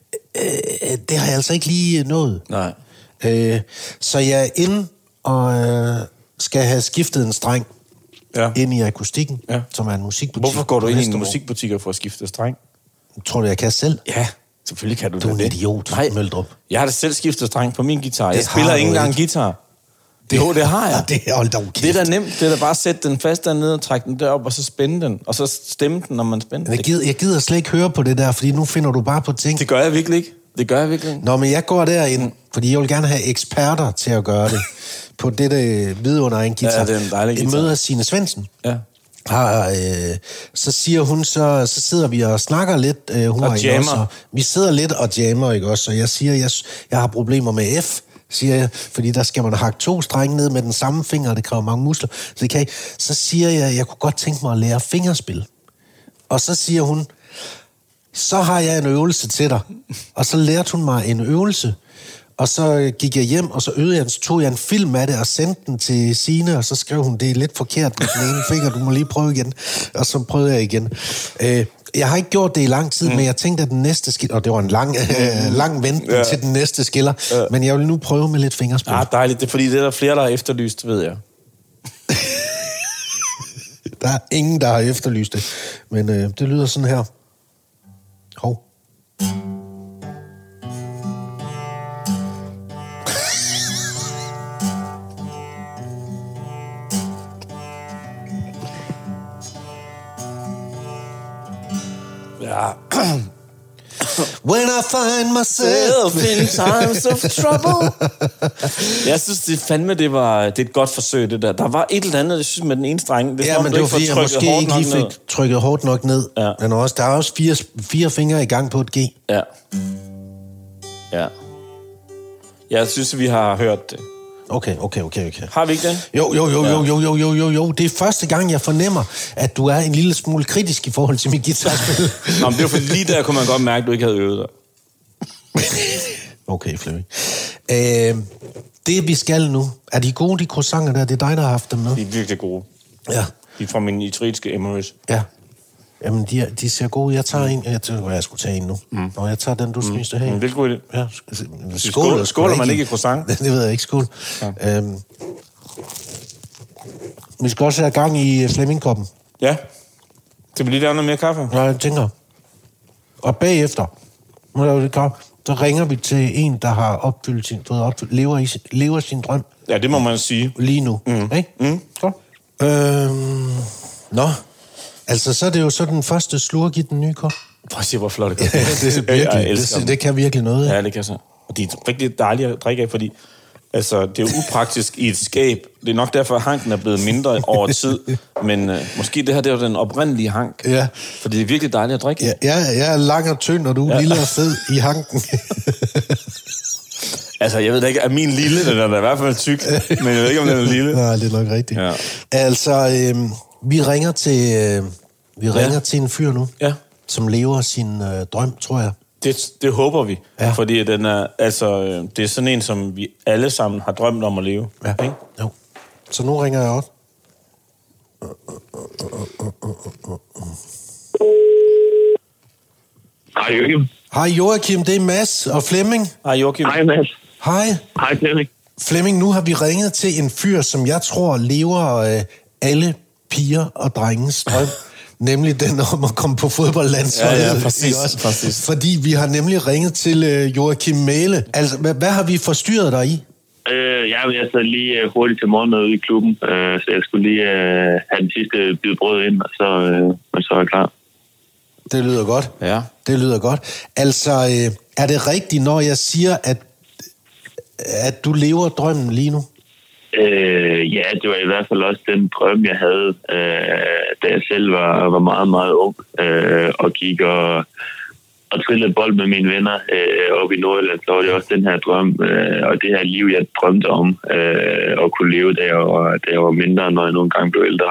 Det har jeg altså ikke lige nået. Nej. Så jeg er inde og skal have skiftet en streng. Ja. Ind i akustikken, som er en musikbutik. Hvorfor går du ind i en musikbutik for at skifte streng? Tror du, jeg kan selv? Ja, selvfølgelig kan du det. Du er en idiot, Møldrup. Jeg har da selv skiftet streng på min guitar. Jeg spiller ikke engang guitar. Det har jeg. Ja, det er da nemt. Det er da bare at sætte den fast dernede og trække den derop, og så spænde den. Og så stemme den, når man spænder den. Jeg gider slet ikke høre på det der, fordi nu finder du bare på ting. Det gør jeg virkelig ikke. Nå, men jeg går derind, fordi jeg vil gerne have eksperter til at gøre det. På dette vidunder af en guitar. Ja, det er en dejlig guitar. Jeg møder Signe Svendsen. Ja. Så siger hun, så sidder vi og snakker lidt. Hun og jammer. Også, vi sidder lidt og jammer, ikke også? Og jeg siger, jeg har problemer med F, siger jeg, fordi der skal man hakke 2 strenge ned med den samme finger, og det kræver mange muskler. Så siger jeg kunne godt tænke mig at lære fingerspil. Og så siger hun, så har jeg en øvelse til dig. Og så lærte hun mig en øvelse. Og så gik jeg hjem, og så så tog jeg en film af det og sendte den til Signe, og så skrev hun, det er lidt forkert med den ene finger, du må lige prøve igen. Og så prøvede jeg igen. Jeg har ikke gjort det i lang tid, men jeg tænkte, at den næste skiller, og det var en lang venten til den næste skiller, men jeg vil nu prøve med lidt fingerspil. Ah, dejligt. Det er fordi, det er der flere, der har efterlyst, ved jeg. Der er ingen, der har efterlyst det, men det lyder sådan her. Hov. Ja. When I find myself in times of trouble. Jeg synes, det fandme, det er et godt forsøg, det der. Der var et eller andet, jeg synes, med den ene streng. Det men det var fordi, jeg måske ikke lige fik trykket hårdt nok ned. Ja. Men der er også fire fingre i gang på et G. Ja. Ja. Jeg synes, vi har hørt det. Okay. Har vi ikke det? Jo. Det er første gang, jeg fornemmer, at du er en lille smule kritisk i forhold til mit guitarspil. Nå, men det var fordi lige der kunne man godt mærke, at du ikke havde øvet dig. Okay, Flemming. Det vi skal nu, er de gode, de croissanter der? Det er dig, der har haft dem med? De er virkelig gode. Ja. De er fra min israelske Emirates. Ja. Jamen, de ser gode ud. Jeg tager en. Jeg tænker, jeg skulle tage en nu. Og jeg tager den, du synes, det her. Det er god idé. Ja. Skåler man ikke i croissant? Det ved jeg ikke. Skål. Ja. Vi skal også have gang i Flemming-koppen. Ja. Det bliver lige der noget mere kaffe. Ja, jeg tænker. Og bagefter, så ringer vi til en, der har lever sin drøm. Ja, det må man sige. Lige nu. Ikke? Godt. Nå. Altså, så er det jo så den første slurk i den nye kop. Prøv at se, hvor flot det kan. Det er virkelig, det kan virkelig noget. Ja, det kan så. Og de er rigtig dejlige at drikke af, fordi altså, det er jo upraktisk i et skab. Det er nok derfor, at hanken er blevet mindre over tid. Men måske det her, det er jo den oprindelige hank. Ja. Fordi det er virkelig dejligt at drikke. Ja, jeg er lang og tynd, og du er lille og fed i hanken. Altså, jeg ved da ikke, er min lille, den er da i hvert fald tyk, men jeg ved ikke, om den er lille. Nej, det er nok rigtigt. Ja. Altså, vi ringer til en fyr nu, som lever sin drøm, tror jeg. Det håber vi, fordi den er, altså, det er sådan en, som vi alle sammen har drømt om at leve. Ja, ikke? Jo. Så nu ringer jeg op. Hej Joachim. Hej Joachim, det er Mads og Flemming. Hej Joachim. Hej Mads. Hej. Hej Flemming. Flemming, nu har vi ringet til en fyr, som jeg tror lever alle piger og drenges drøm. Nemlig den om at komme på fodboldlandsholdet. Ja, præcis. Fordi vi har nemlig ringet til Joachim Mähle. Altså, hvad har vi forstyrret dig i? Jeg sad lige hurtigt til morgenmøde ude i klubben, så jeg skulle lige have den sidste bid brød ind, og så er jeg klar. Det lyder godt. Ja. Det lyder godt. Altså, er det rigtigt, når jeg siger, at du lever drømmen lige nu? Ja, det var i hvert fald også den drøm, jeg havde, da jeg selv var meget, meget ung, og gik og trillede bold med mine venner oppe i Nordjylland. Så var det også den her drøm, og det her liv, jeg drømte om at kunne leve, da jeg var mindre, når jeg nogle gange blev ældre.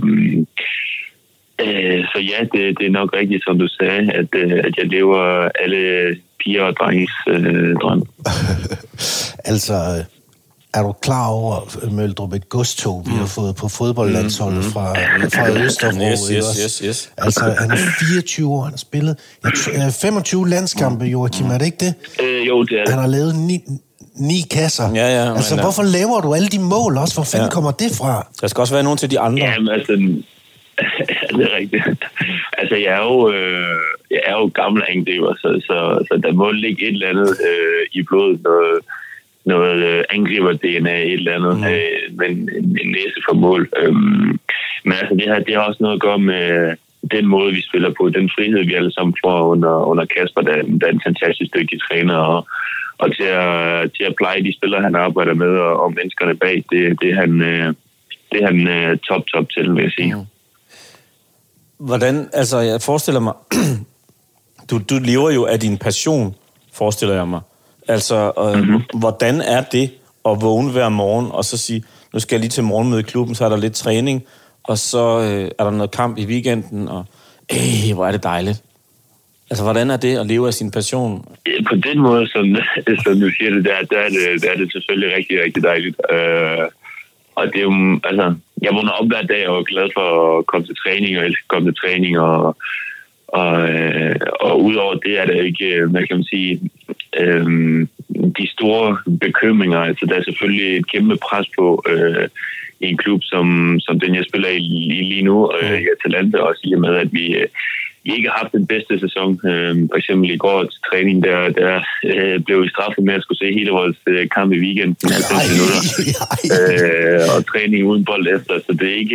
Så ja, det er nok rigtigt, som du sagde, at jeg lever alle piger og drenges drøm. Altså, er du klar over, Møldrup, et godstog, vi har fået på fodboldlandsholdet fra Østerbro? Yes. Altså, han er 24 år, han har spillet 25 landskampe, Joachim, er det ikke det? Jo, det er det. Han har lavet 9 kasser. Ja, altså, hvorfor laver du alle de mål også? Hvor fanden kommer det fra? Der skal også være nogen til de andre. Jamen, altså, det er rigtigt. Altså, jeg er jo gammel angriber, så der må ligge et eller andet i blodet, noget angriber-DNA, et eller andet, men en næse for mål. Men altså, det har også noget at gøre med den måde, vi spiller på, den frihed, vi alle sammen får under Kasper, der er en fantastisk dygtig træner, og til at pleje de spillere, han arbejder med, og menneskerne bag, det er han top til, vil jeg sige. Hvordan, altså, jeg forestiller mig, du lever jo af din passion, forestiller jeg mig. Altså, hvordan er det at vågne hver morgen, og så sige, nu skal jeg lige til morgenmøde i klubben, så er der lidt træning, og så er der noget kamp i weekenden, og hvor er det dejligt. Altså, hvordan er det at leve af sin passion? På den måde, som du siger det, der er det selvfølgelig rigtig, rigtig dejligt. Og det er jo, altså, jeg vågner op hver dag og er glad for at komme til træning, og elsker at komme til træning, og udover det er der ikke, hvad kan man sige, de store bekymringer. Altså, der er selvfølgelig et kæmpe pres på i en klub, som den, jeg spiller i lige nu, i Atalanta, også i og med, at vi ikke har haft den bedste sæson. For eksempel i går til træning, der blev vi straffet med at skulle se hele vores kamp i weekenden. Og træning uden bold efter, så det er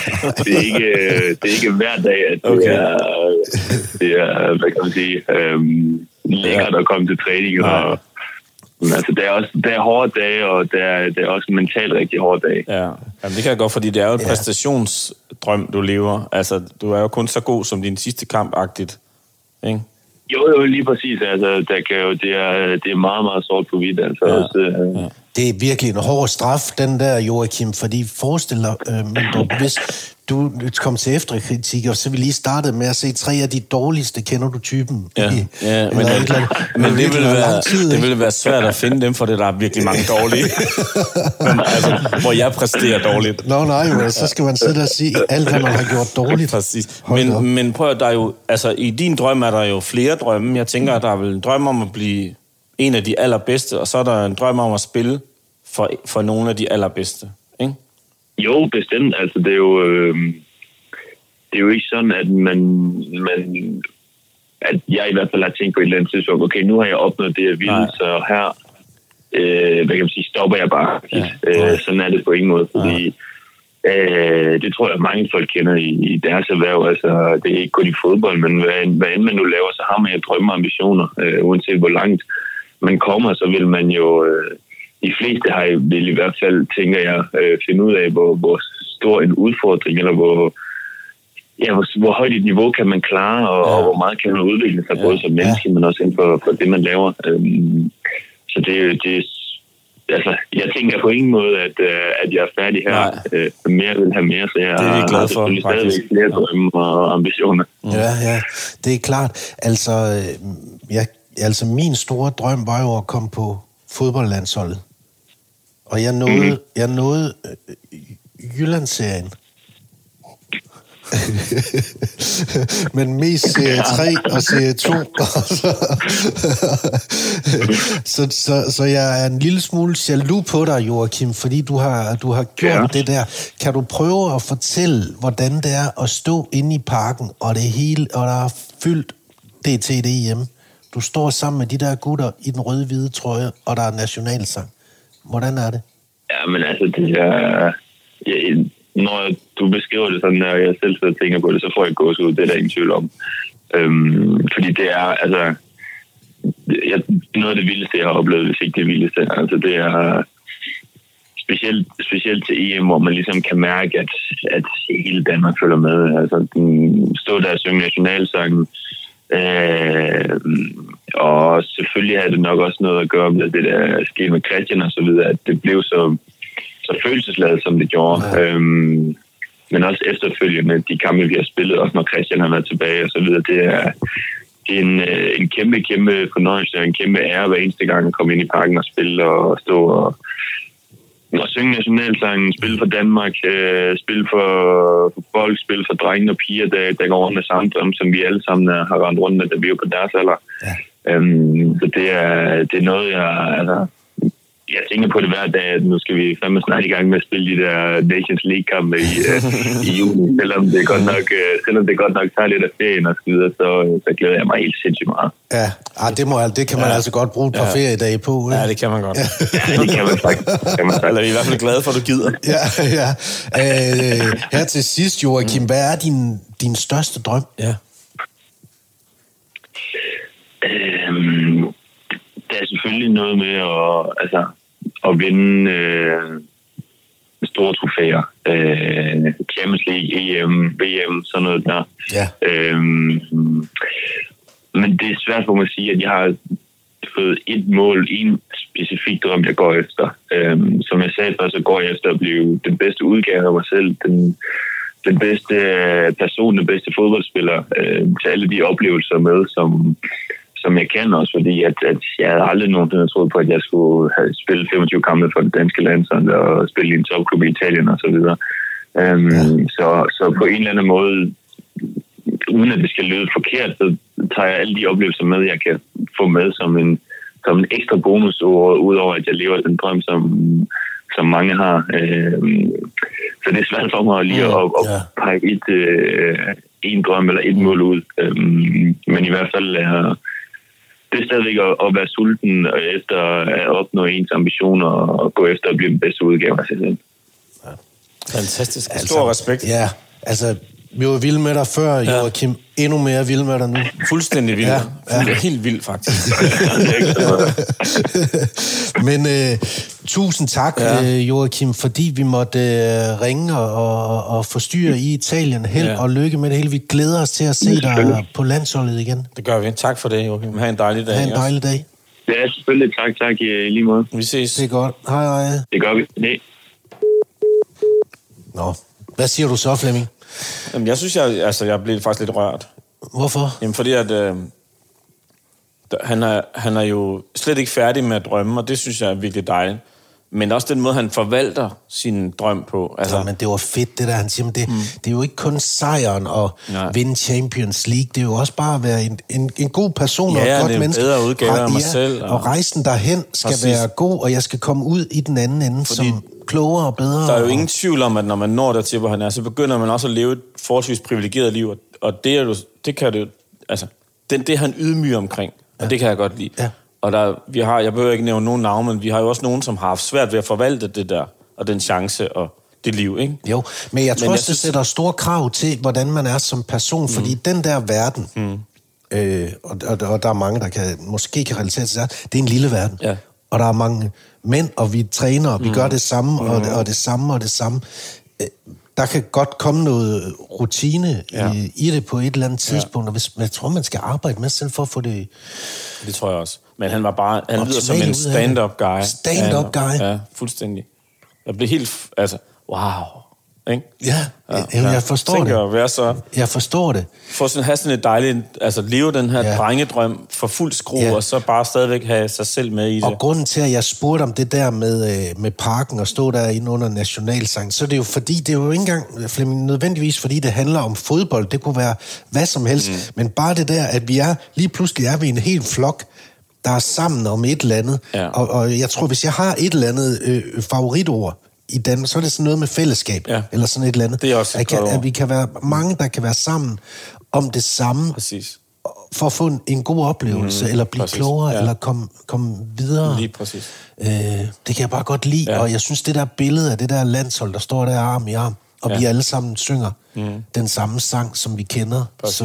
ikke hver dag, at det er hvad kan man sige, lækkert at komme til træning. Og, altså, der er hårde dage, og der er også mentalt rigtig hårde dage. Ja, jamen, det kan jeg godt, fordi det er jo et præstationsdrøm, du lever. Altså, du er jo kun så god som din sidste kamp-agtigt, ikke? Jo, lige præcis. Altså, det er meget, meget sort på hvidt. Altså, også, Det er virkelig en hård straf, den der, Joachim, fordi forestil dig, hvis du kom til efterkritik, og så vi lige startede med at se 3 af de dårligste, kender du typen? Men det ville være svært at finde dem, for det der er virkelig mange dårlige. Men, altså, hvor jeg præsterer dårligt. Nej, så skal man sidde og sige alt, hvad man har gjort dårligt. Præcis. Men prøv at der er jo, altså i din drøm er der jo flere drømme. Jeg tænker, at der er vel en drøm om at blive en af de allerbedste, og så er der en drøm om at spille for nogle af de allerbedste, ikke? Jo, bestemt. Altså, det er jo ikke sådan, at at jeg i hvert fald har tænkt på et eller andet tidspunkt, okay, nu har jeg opnået det, jeg ville, så her, hvad kan man sige, stopper jeg bare. Sådan er det på ingen måde, fordi det tror jeg, mange folk kender i deres erhverv. Altså, det er ikke kun i fodbold, men hvad end man nu laver, så har man jo drømme og ambitioner, uanset hvor langt man kommer, så vil man jo... De fleste vil i hvert fald, tænker jeg, finde ud af, hvor stor en udfordring, eller hvor højt et niveau kan man klare, og hvor meget kan man udvikle sig, både som menneske, men også inden for det, man laver. Så det altså, jeg tænker på ingen måde, at jeg er færdig her. Mere vil have mere, så jeg har selvfølgelig stadigvæk flere drømme og ambitioner. Ja, det er klart. Altså, min store drøm var jo at komme på fodboldlandsholdet. Og jeg nåede Jyllandsserien. Men mest serie 3 og serie 2. så jeg er en lille smule jaloux på dig, Joachim, fordi du har gjort det der. Kan du prøve at fortælle, hvordan det er at stå inde i parken, og det hele, og der er fyldt DTDM. Du står sammen med de der gutter i den røde-hvide trøje, og der er nationalsang. Hvordan er det? Ja, men altså, det er... Når du beskriver det sådan, og jeg selv så tænker på det, så får jeg gåsehud. Det er der ingen tvivl om. Fordi det er, altså... noget af det vildeste, jeg har oplevet, hvis ikke det vildeste. Altså, det er... Specielt til EM, hvor man ligesom kan mærke, at hele Danmark følger med. Altså, stå der og synge nationalsangen. Og selvfølgelig havde det nok også noget at gøre med det der skete med Christian og så videre, at det blev så følelsesladet, som det gjorde. Men også efterfølgende de kampe, vi har spillet, også når Christian har været tilbage og så videre, det er en kæmpe fornøjelse og en kæmpe ære hver eneste gang at komme ind i parken og spille og stå og synge nationalsangen, spille for Danmark, spille for folk, spille for drenge og piger, der går rundt med samme drøm, som vi alle sammen har rendt rundt med, da vi er på deres alder. Ja. Så det er noget, jeg tænker på det hver dag, at nu skal vi fandme snart i gang med at spille de der Nations League-kampe i juni, selvom det godt nok tager lidt af ferien og så videre, så glæder jeg mig helt sindssygt meget. Ja, det kan man altså godt bruge et par feriedage på. Ikke? Ja, det kan man godt. Ja, det kan man faktisk. Eller vi er i hvert fald glade for, at du gider. Ja. Her til sidst, Joachim, hvad er din største drøm? Ja. Der er selvfølgelig noget med at vinde store trofæer. Champions League, EM, VM, sådan noget der. Ja. Men det er svært for mig at sige, at jeg har fået et mål, en specifik drøm, jeg går efter. Som jeg sagde før, så går jeg efter at blive den bedste udgave af mig selv. den bedste person, den bedste fodboldspiller til alle de oplevelser med, som jeg kan også, fordi at jeg havde aldrig nogensinde troet på, at jeg skulle have spillet 25 kampe for det danske landshold og spille i en topklub i Italien og så videre. Så på en eller anden måde, uden at det skal lyde forkert, så tager jeg alle de oplevelser med, jeg kan få med som en ekstra bonus, udover at jeg lever den drøm, som mange har. Så det er svært for mig lige at pege en drøm eller et mål ud. Men i hvert fald det er stadigvæk at være sulten efter at opnå ens ambitioner og gå efter at blive den bedste udgave af sig selv. Ja. Fantastisk. Stor respekt. Ja, altså vi var vilde med dig før, Joachim. Endnu mere vilde med dig nu. Fuldstændig vildt. Ja. Helt vildt, faktisk. Men tusind tak, Joachim, fordi vi måtte ringe og forstyrre i Italien. Held og lykke med det hele. Vi glæder os til at se dig på landsholdet igen. Det gør vi. Tak for det, Joachim. Ha' en dejlig dag. Ha' en dejlig dag. Ja, selvfølgelig. Tak i lige måde. Vi ses. Det er godt. Hej. Det gør vi. Nej. Nå, hvad siger du så, Flemming? Jamen, jeg synes, jeg blev faktisk lidt rørt. Hvorfor? Jamen, fordi at han er jo slet ikke færdig med at drømme, og det synes jeg er virkelig dejligt. Men også den måde, han forvalter sin drøm på. Altså, ja, men det var fedt, det der, han siger. Men det er jo ikke kun sejren og vinde Champions League. Det er jo også bare at være en god person og et godt menneske. Ja, det er en bedre udgave af mig selv. Og rejsen derhen skal være god, og jeg skal komme ud i den anden ende som klogere og bedre. Der er jo ingen tvivl om, at når man når dertil, hvor han er, så begynder man også at leve et forholdsvis privilegeret liv. Og det kan det altså, det er han ydmyg omkring, og det kan jeg godt lide. Ja. Og jeg behøver ikke nævne nogen navn, men vi har jo også nogen, som har haft svært ved at forvalte det der, og den chance og det liv, ikke? Jo, men jeg tror også, det sætter store krav til, hvordan man er som person, fordi den der verden, og der er mange, der måske kan relatere til det, det er en lille verden. Ja. Og der er mange mænd, og vi træner, og vi gør det samme, og det samme, og det samme. Der kan godt komme noget rutine i det på et eller andet tidspunkt, og jeg tror, man skal arbejde med selv for at få det... Det tror jeg også. Men han lyder som en stand-up guy. Stand-up guy? Ja, fuldstændig. Jeg blev helt... Altså, wow. Ikke? Ja, jeg forstår det. Tænker at være så... Jeg forstår det. Have sådan et dejligt... Altså, leve den her drengedrøm for fuld skrue, og så bare stadigvæk have sig selv med i det. Og grunden til, at jeg spurgte om det der med parken og stå derinde under nationalsang, så er det jo fordi, det er jo ikke engang, Flemming, nødvendigvis fordi det handler om fodbold. Det kunne være hvad som helst. Men bare det der, at lige pludselig er vi en hel flok, der er sammen om et eller andet. Ja. Og jeg tror, hvis jeg har et eller andet favoritord i Danmark, så er det sådan noget med fællesskab, eller sådan et eller andet. Det er også at vi kan være mange, der kan være sammen om det samme, for at få en god oplevelse, eller blive klogere, eller komme videre. Lige præcis. Det kan jeg bare godt lide, og jeg synes, det der billede af det der landshold, der står der arm i arm, og vi alle sammen synger den samme sang, som vi kender,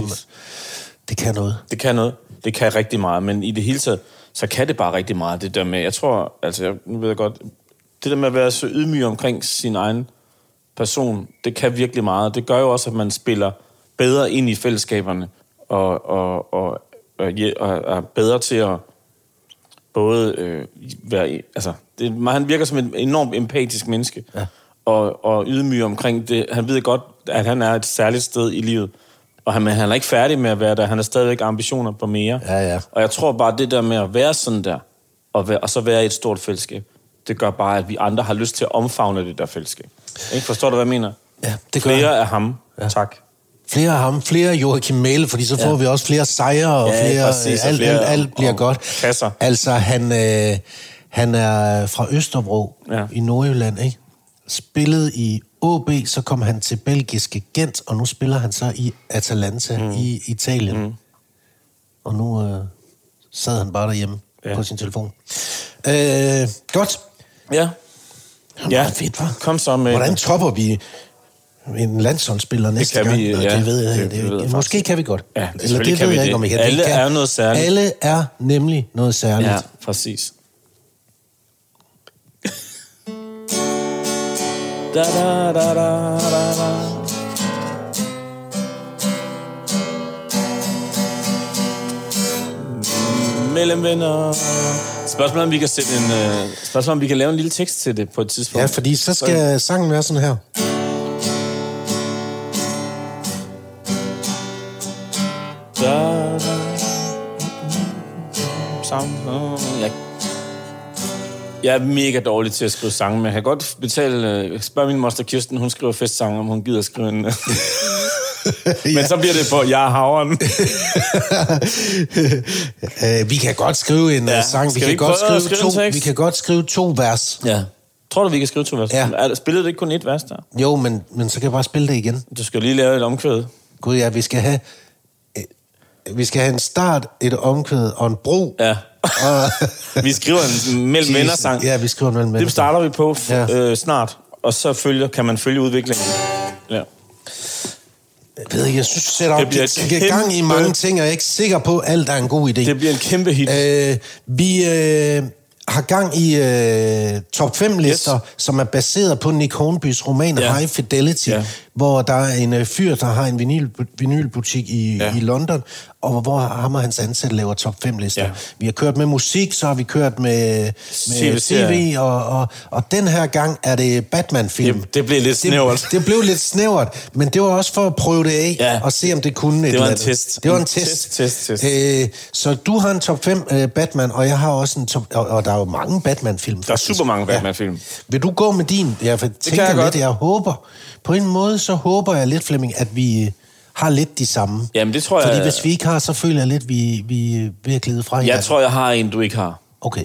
det kan noget. Det kan noget. Det kan rigtig meget, men i det hele taget, så kan det bare rigtig meget, det der med, jeg tror, altså, nu ved jeg godt, det der med at være så ydmyg omkring sin egen person, det kan virkelig meget. Det gør jo også, at man spiller bedre ind i fællesskaberne, og er bedre til at både være... Altså, han virker som en enormt empatisk menneske, og ydmyg omkring det. Han ved godt, at han er et særligt sted i livet, og han er ikke færdig med at være der. Han har stadigvæk ambitioner på mere. Ja. Og jeg tror bare, det der med at være sådan der, og så være i et stort fællesskab, det gør bare, at vi andre har lyst til at omfavne det der fællesskab. Ikke? Forstår du, hvad jeg mener? Ja, det gør flere af ham. Ja. Tak. Flere af ham, flere Joachim Mæhle, fordi så får vi også flere sejre, og alt bliver godt. Kasser. Altså, han er fra Østerbro i Nordjylland, ikke? Spillede i OB, så kom han til belgiske Gent, og nu spiller han så i Atalanta i Italien. Og nu sad han bare derhjemme på sin telefon. Godt. Ja. Ja, fedt, hva'? Kom så med... Hvordan topper vi en landsholdsspiller næste gang? Det kan vi, det ved jeg. Det måske kan vi godt. Ja, eller det ved jeg ikke, om vi kan. Alle er noget særligt. Alle er nemlig noget særligt. Ja, præcis. Da, da, da, da, da, da. Mellem venner. Spørgsmålet om vi kan om vi kan lave en lille tekst til det på et tidspunkt. Ja, fordi så skal sangen være sådan her. sammen. Jeg er mega dårlig til at skrive sange, men jeg kan godt spørge min moster Kirsten, hun skriver festsange, om hun gider at skrive en... Men så bliver det på Jeg er havren. Vi kan godt skrive en sang. Vi kan godt skrive 2 vers. Ja. Tror du, vi kan skrive 2 vers? Ja. Spillede det ikke kun 1 vers der? Jo, men så kan jeg bare spille det igen. Du skal lige lave et omkvæd. Gud ja, vi skal have en start, et omkvæd og en bro. Ja. Vi skriver en mellem venner-sang. Ja, vi skriver en mellem venner. Det starter vi på snart, og så kan man følge udviklingen. Ja. Jeg synes, du sætter gang i mange ting, og jeg er ikke sikker på, at alt er en god idé. Det bliver en kæmpe hit. Vi har gang i top 5-lister, som er baseret på Nick Hornbys roman High Fidelity, hvor der er en fyr, der har en vinylbutik i London, og hvor ham og hans ansatte laver top 5-lister. Ja. Vi har kørt med musik, så har vi kørt med TV, og den her gang er det Batman-film. Det blev lidt snævert. Det blev lidt snævert, men det var også for at prøve det af, og se, om det kunne et eller andet. Det var en test. Så du har en top 5 Batman, og jeg har også en top... Og der er jo mange Batman-film. Der er super mange Batman-film. Vil du gå med din? Jeg tænker lidt, jeg håber... På en måde, så håber jeg lidt, Flemming, at vi har lidt de samme. Jamen, det tror jeg... Fordi hvis vi ikke har, så føler jeg lidt, vi er ved at glide fra hinanden. Jeg tror, jeg har en, du ikke har. Okay.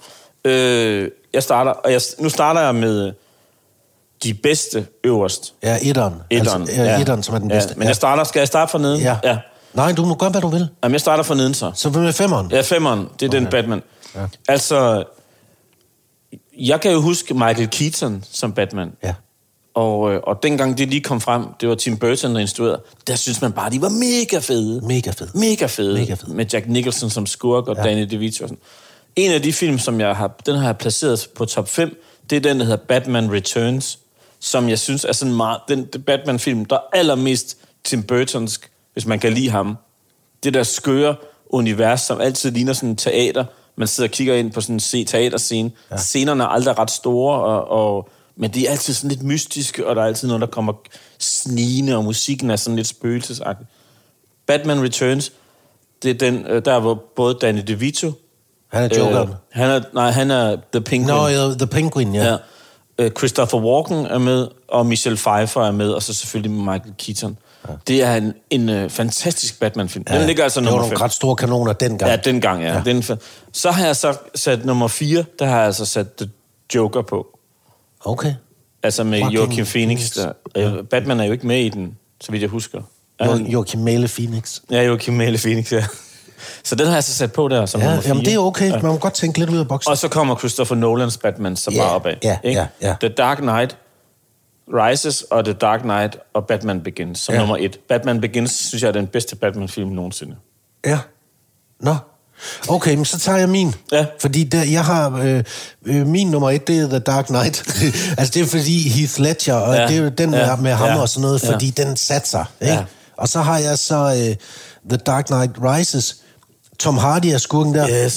Nu starter jeg med de bedste øverst. Ja, etteren. Etteren, som er den bedste. Men skal jeg starte fra neden? Ja. Nej, du må gøre, hvad du vil. Jamen, jeg starter fra neden så. Så med 5'eren? Ja, 5'eren. Det er den Batman. Ja. Altså, jeg kan jo huske Michael Keaton som Batman. Ja. Og dengang det lige kom frem, det var Tim Burton, der instruerede, der synes man bare, de var mega fede. Mega fede. Med Jack Nicholson som skurk og Danny DeVito. En af de film, som den har jeg placeret på top 5, det er den, der hedder Batman Returns, som jeg synes er sådan meget, den Batman-film, der er allermest Tim Burtonsk, hvis man kan lide ham. Det der skøre univers, som altid ligner sådan en teater. Man sidder og kigger ind på sådan en teaterscene. Ja. Scenerne er aldrig ret store, men det er altid sådan lidt mystiske, og der er altid noget, der kommer snigende, og musikken er sådan lidt spøgelsesagtig. Batman Returns, det er den, der hvor både Danny DeVito... Han er Jokeren. Han er The Penguin. The Penguin, ja. Christopher Walken er med, og Michelle Pfeiffer er med, og så selvfølgelig Michael Keaton. Ja. Det er en fantastisk Batman-film. Den ligger altså nummer 5. Det var nogle ret store kanoner dengang. Ja, dengang, ja. Så har jeg så sat nummer 4, der har jeg altså sat The Joker på. Okay. Altså med Joaquin Phoenix. Batman er jo ikke med i den, så vidt jeg husker. Joaquin Male Phoenix. Ja, Joaquin Male Phoenix, ja. Så den har jeg så sat på der som nummer 4. Jamen det er okay. Man må godt tænke lidt ud af boksen. Og så kommer Christopher Nolans Batman så bare opad. Ja. The Dark Knight Rises og The Dark Knight og Batman Begins som nummer 1. Batman Begins, synes jeg, er den bedste Batman-film nogensinde. Ja. Nå. Okay, men så tager jeg min. Ja. Fordi jeg har... min nummer 1, det er The Dark Knight. Altså, det er fordi Heath Ledger, og det er jo den med ham og sådan noget, fordi den satte sig. Ikke? Ja. Og så har jeg så The Dark Knight Rises. Tom Hardy er skurken der. Yes.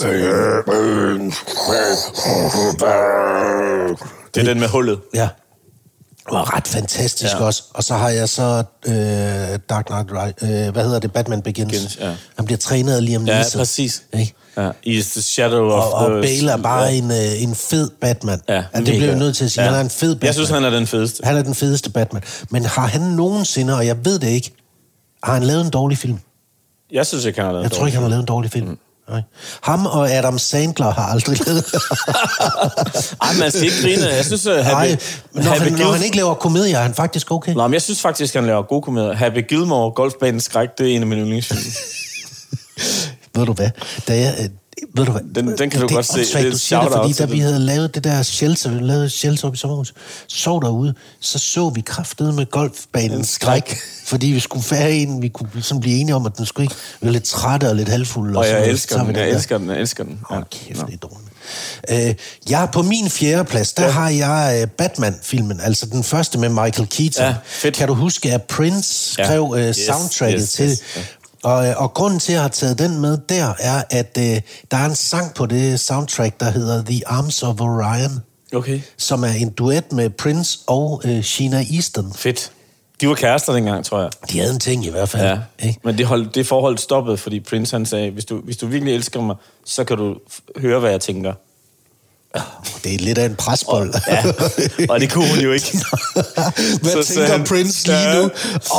Det er den med hullet. Ja. Det var ret fantastisk også. Og så har jeg så Dark Knight Batman Begins. Han bliver trænet af Liam Neeson. Ja, præcis. Ja. Is the shadow of og Bale er bare en fed Batman. Ja, det bliver jeg nødt til at sige. Han er en fed Batman. Jeg synes, han er den fedeste. Han er den fedeste Batman. Men har han nogensinde, og jeg ved det ikke, har han lavet en dårlig film? Jeg synes ikke, han har lavet en dårlig film. Jeg tror ikke, han har lavet en dårlig film. Nej. Ham og Adam Sandler har aldrig lavet. Ej, man skal ikke grine. Jeg synes, når han ikke laver komedier, er han faktisk okay. Nå, men jeg synes faktisk, han laver gode komedier. Happy Gilmore, Golfbanens skræk, det er en af mine yndlingsfilm. Ved du hvad? Den kan du godt se. Det du siger det, fordi da vi havde lavet det der shelter op i sommerhus, sov derude, så vi kraftede med Golfbanens skræk, fordi vi skulle færre en, vi kunne sådan blive enige om, at den skulle ikke være lidt trætte og lidt halvfuld. Og jeg elsker den. Kæft, det er dårligt. På min 4. plads, der har jeg Batman-filmen, altså den første med Michael Keaton. Ja, kan du huske, at Prince skrev soundtracket til... Og grunden til, at jeg har taget den med der, er, at der er en sang på det soundtrack, der hedder The Arms of Orion. Okay. Som er en duet med Prince og Sheena Easton. Fedt. De var kærester dengang, tror jeg. De havde en ting i hvert fald. Ja, ikke? men det forhold stoppede, fordi Prince han sagde, hvis du virkelig elsker mig, så kan du høre, hvad jeg tænker. Det er lidt af en presbold. Ja, og det kunne hun jo ikke. Hvad tænker Prince lige nu?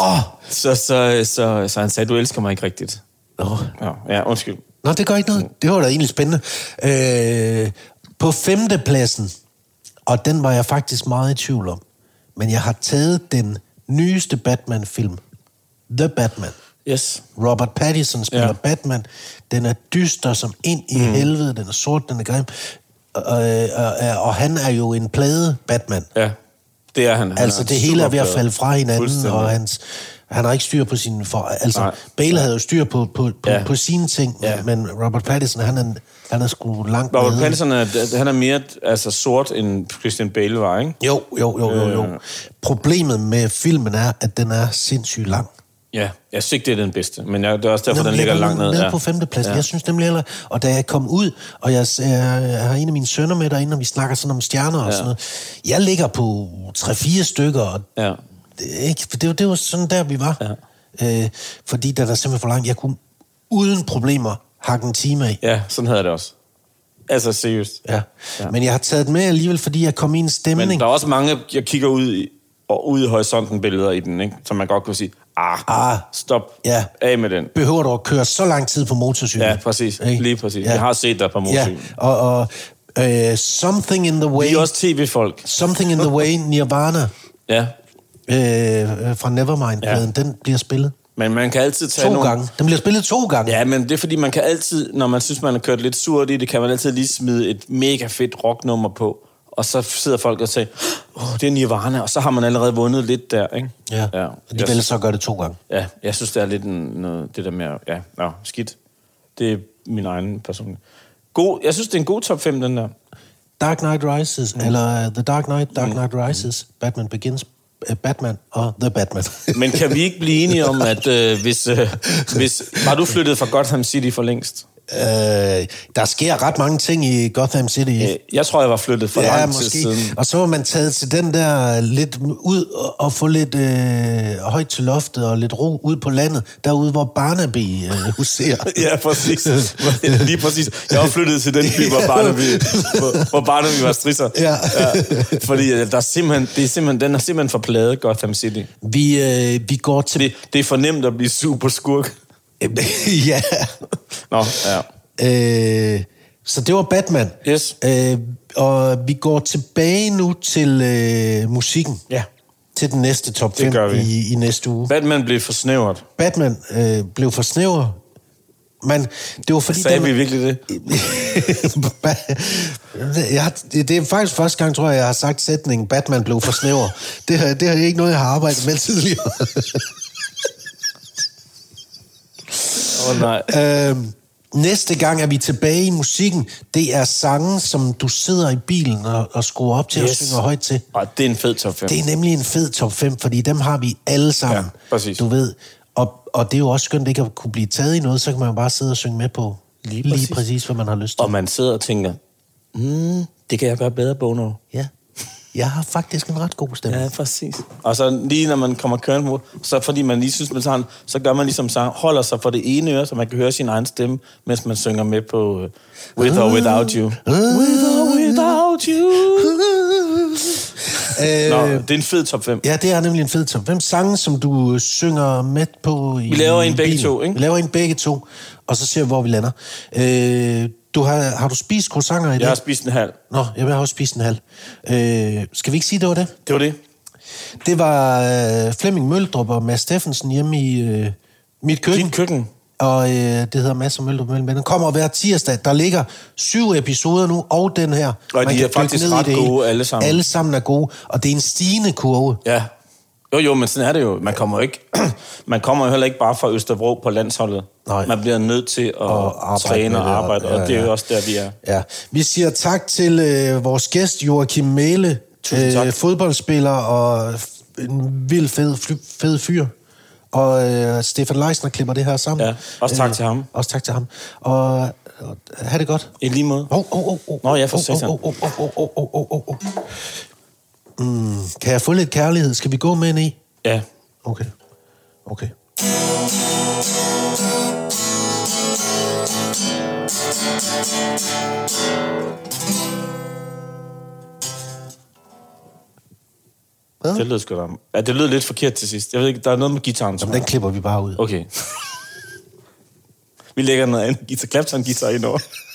Så han sagde, du elsker mig ikke rigtigt. Ja, undskyld. Nå, det gør ikke noget. Det var da egentlig spændende. På 5. pladsen, og den var jeg faktisk meget i tvivl om, men jeg har taget den nyeste Batman-film, The Batman. Yes. Robert Pattinson spiller Batman. Den er dyster som ind i helvede. Den er sort, den er grim. Og han er jo en plade Batman. Ja, det er han. Altså, det hele er ved at falde fra hinanden, og han har ikke styr på sine... Bale havde jo styr på sine ting, men Robert Pattinson, han er sgu langt nede. Robert Pattinson, han er mere sort, end Christian Bale var, ikke? Jo. Problemet med filmen er, at den er sindssygt lang. Ja, jeg synes ikke, det er den bedste, men det er også derfor, den ligger langt ned. Jeg er på 5. plads. Jeg synes nemlig heller... Og da jeg kom ud, og jeg har en af mine sønner med derinde, og vi snakker sådan om stjerner og sådan noget. Jeg ligger på 3-4 stykker, og det var sådan der, vi var. Ja. Fordi den er simpelthen for lang. Jeg kunne uden problemer hakke en time af. Ja, sådan havde jeg det også. Altså, seriøst. Ja. Men jeg har taget med alligevel, fordi jeg kom i en stemning. Men der er også mange, jeg kigger ud i horisonten billeder i den, ikke? Som man godt kunne sige, stop, af med den. Behøver du at køre så lang tid på motorcykel? Ja, præcis. Lige præcis. Jeg har set dig på motorcykel. Ja, og Something in the Way... Vi er også tv-folk. Something in the Way, Nirvana. Ja. Fra Nevermind-pladen, den bliver spillet. Men man kan altid tage 2 gange. Den bliver spillet 2 gange. Ja, men det er fordi, man kan altid, når man synes, man har kørt lidt surt i det, kan man altid lige smide et mega fedt rocknummer på. Og så sidder folk og siger, det er Nirvana, og så har man allerede vundet lidt der, ikke? Ja. De vil så gøre det 2 gange. Ja, jeg synes, det er lidt noget, det der med, skidt. Det er min egen personlige. Jeg synes, det er en god top 5, den der. Dark Knight Rises, eller The Dark Knight Rises, Batman Begins, Batman og The Batman. Men kan vi ikke blive enige om, at hvis var du flyttet fra Gotham City for længst? Der sker ret mange ting i Gotham City. Jeg tror, jeg var flyttet for lang tid siden. Og så var man taget til den der lidt ud og få lidt højt til loftet og lidt ro ud på landet, derude, hvor Barnaby huserer. Ja, præcis. Lige præcis. Jeg var flyttet til den by, hvor Barnaby var strisser. Ja. Fordi der er simpelthen, den er simpelthen for plade, Gotham City. Vi går til... Det er for nemt at blive super skurk. Ja. Nå, ja. Så det var Batman. Yes. Og vi går tilbage nu til musikken. Ja. Til den næste top 5 i næste uge. Batman blev for snævert. Batman blev for snæver. Men det var fordi... Sagde vi virkelig det? Det er faktisk første gang, tror jeg har sagt sætningen, Batman blev for snæver. Det er ikke noget, jeg har arbejdet med tidligere. Nej. Næste gang er vi tilbage i musikken. Det er sange, som du sidder i bilen og skruer op til og synger højt til. Og det er en fed top 5. Det er nemlig en fed top 5, fordi dem har vi alle sammen. Ja, præcis. Du ved. Og det er jo også skønt ikke at kunne blive taget i noget, så kan man jo bare sidde og synge med på lige præcis hvad man har lyst til. Og man sidder og tænker, det kan jeg gøre bedre, Bono. Ja. Jeg har faktisk en ret god stemme. Ja, præcis. Og så lige når man kommer kørende på, så fordi man lige synes, man tager så gør man ligesom sang, holder sig for det ene øre, så man kan høre sin egen stemme, mens man synger med på With or Without You. With or Without You. Nå, det er en fed top 5. Ja, det er nemlig en fed top 5. Sange, som du synger med på i vi laver en begge to, ikke? Vi laver en begge to, og så ser vi, hvor vi lander. Har du spist croissanter i dag? Jeg har spist en halv. Nå, jeg har også spist en halv. Skal vi ikke sige, det var det? Det var det. Det var Flemming Møldrup og Mads Steffensen hjemme i mit køkken. Dit køkken. Og det hedder Mads og Møldrup mellem. Den kommer hver tirsdag. Der ligger 7 episoder nu, og den her. Og de er faktisk ret gode alle sammen. Alle sammen er gode, og det er en stigende kurve. Ja. Jo, men sådan er det jo. Man kommer jo heller ikke bare fra Østerbro på landsholdet. Nej. Man bliver nødt til at træne og arbejde, og det er jo også der, vi er. Ja. Vi siger tak til vores gæst, Joachim Mæhle, fodboldspiller og en vild fed fyr. Og Stefan Leisner klipper det her sammen. Ja, også tak til ham. Også tak til ham. Og have det godt. I lige måde. Nå, jeg får satan. Kan jeg få lidt kærlighed? Skal vi gå med ind i? Ja. Okay. Hvad? Det lød sgu da. Ja, det lød lidt forkert til sidst. Jeg ved ikke, der er noget med gitaren. Jamen, den klipper vi bare ud. Okay. Vi lægger noget andet Clapton-guitar ind over.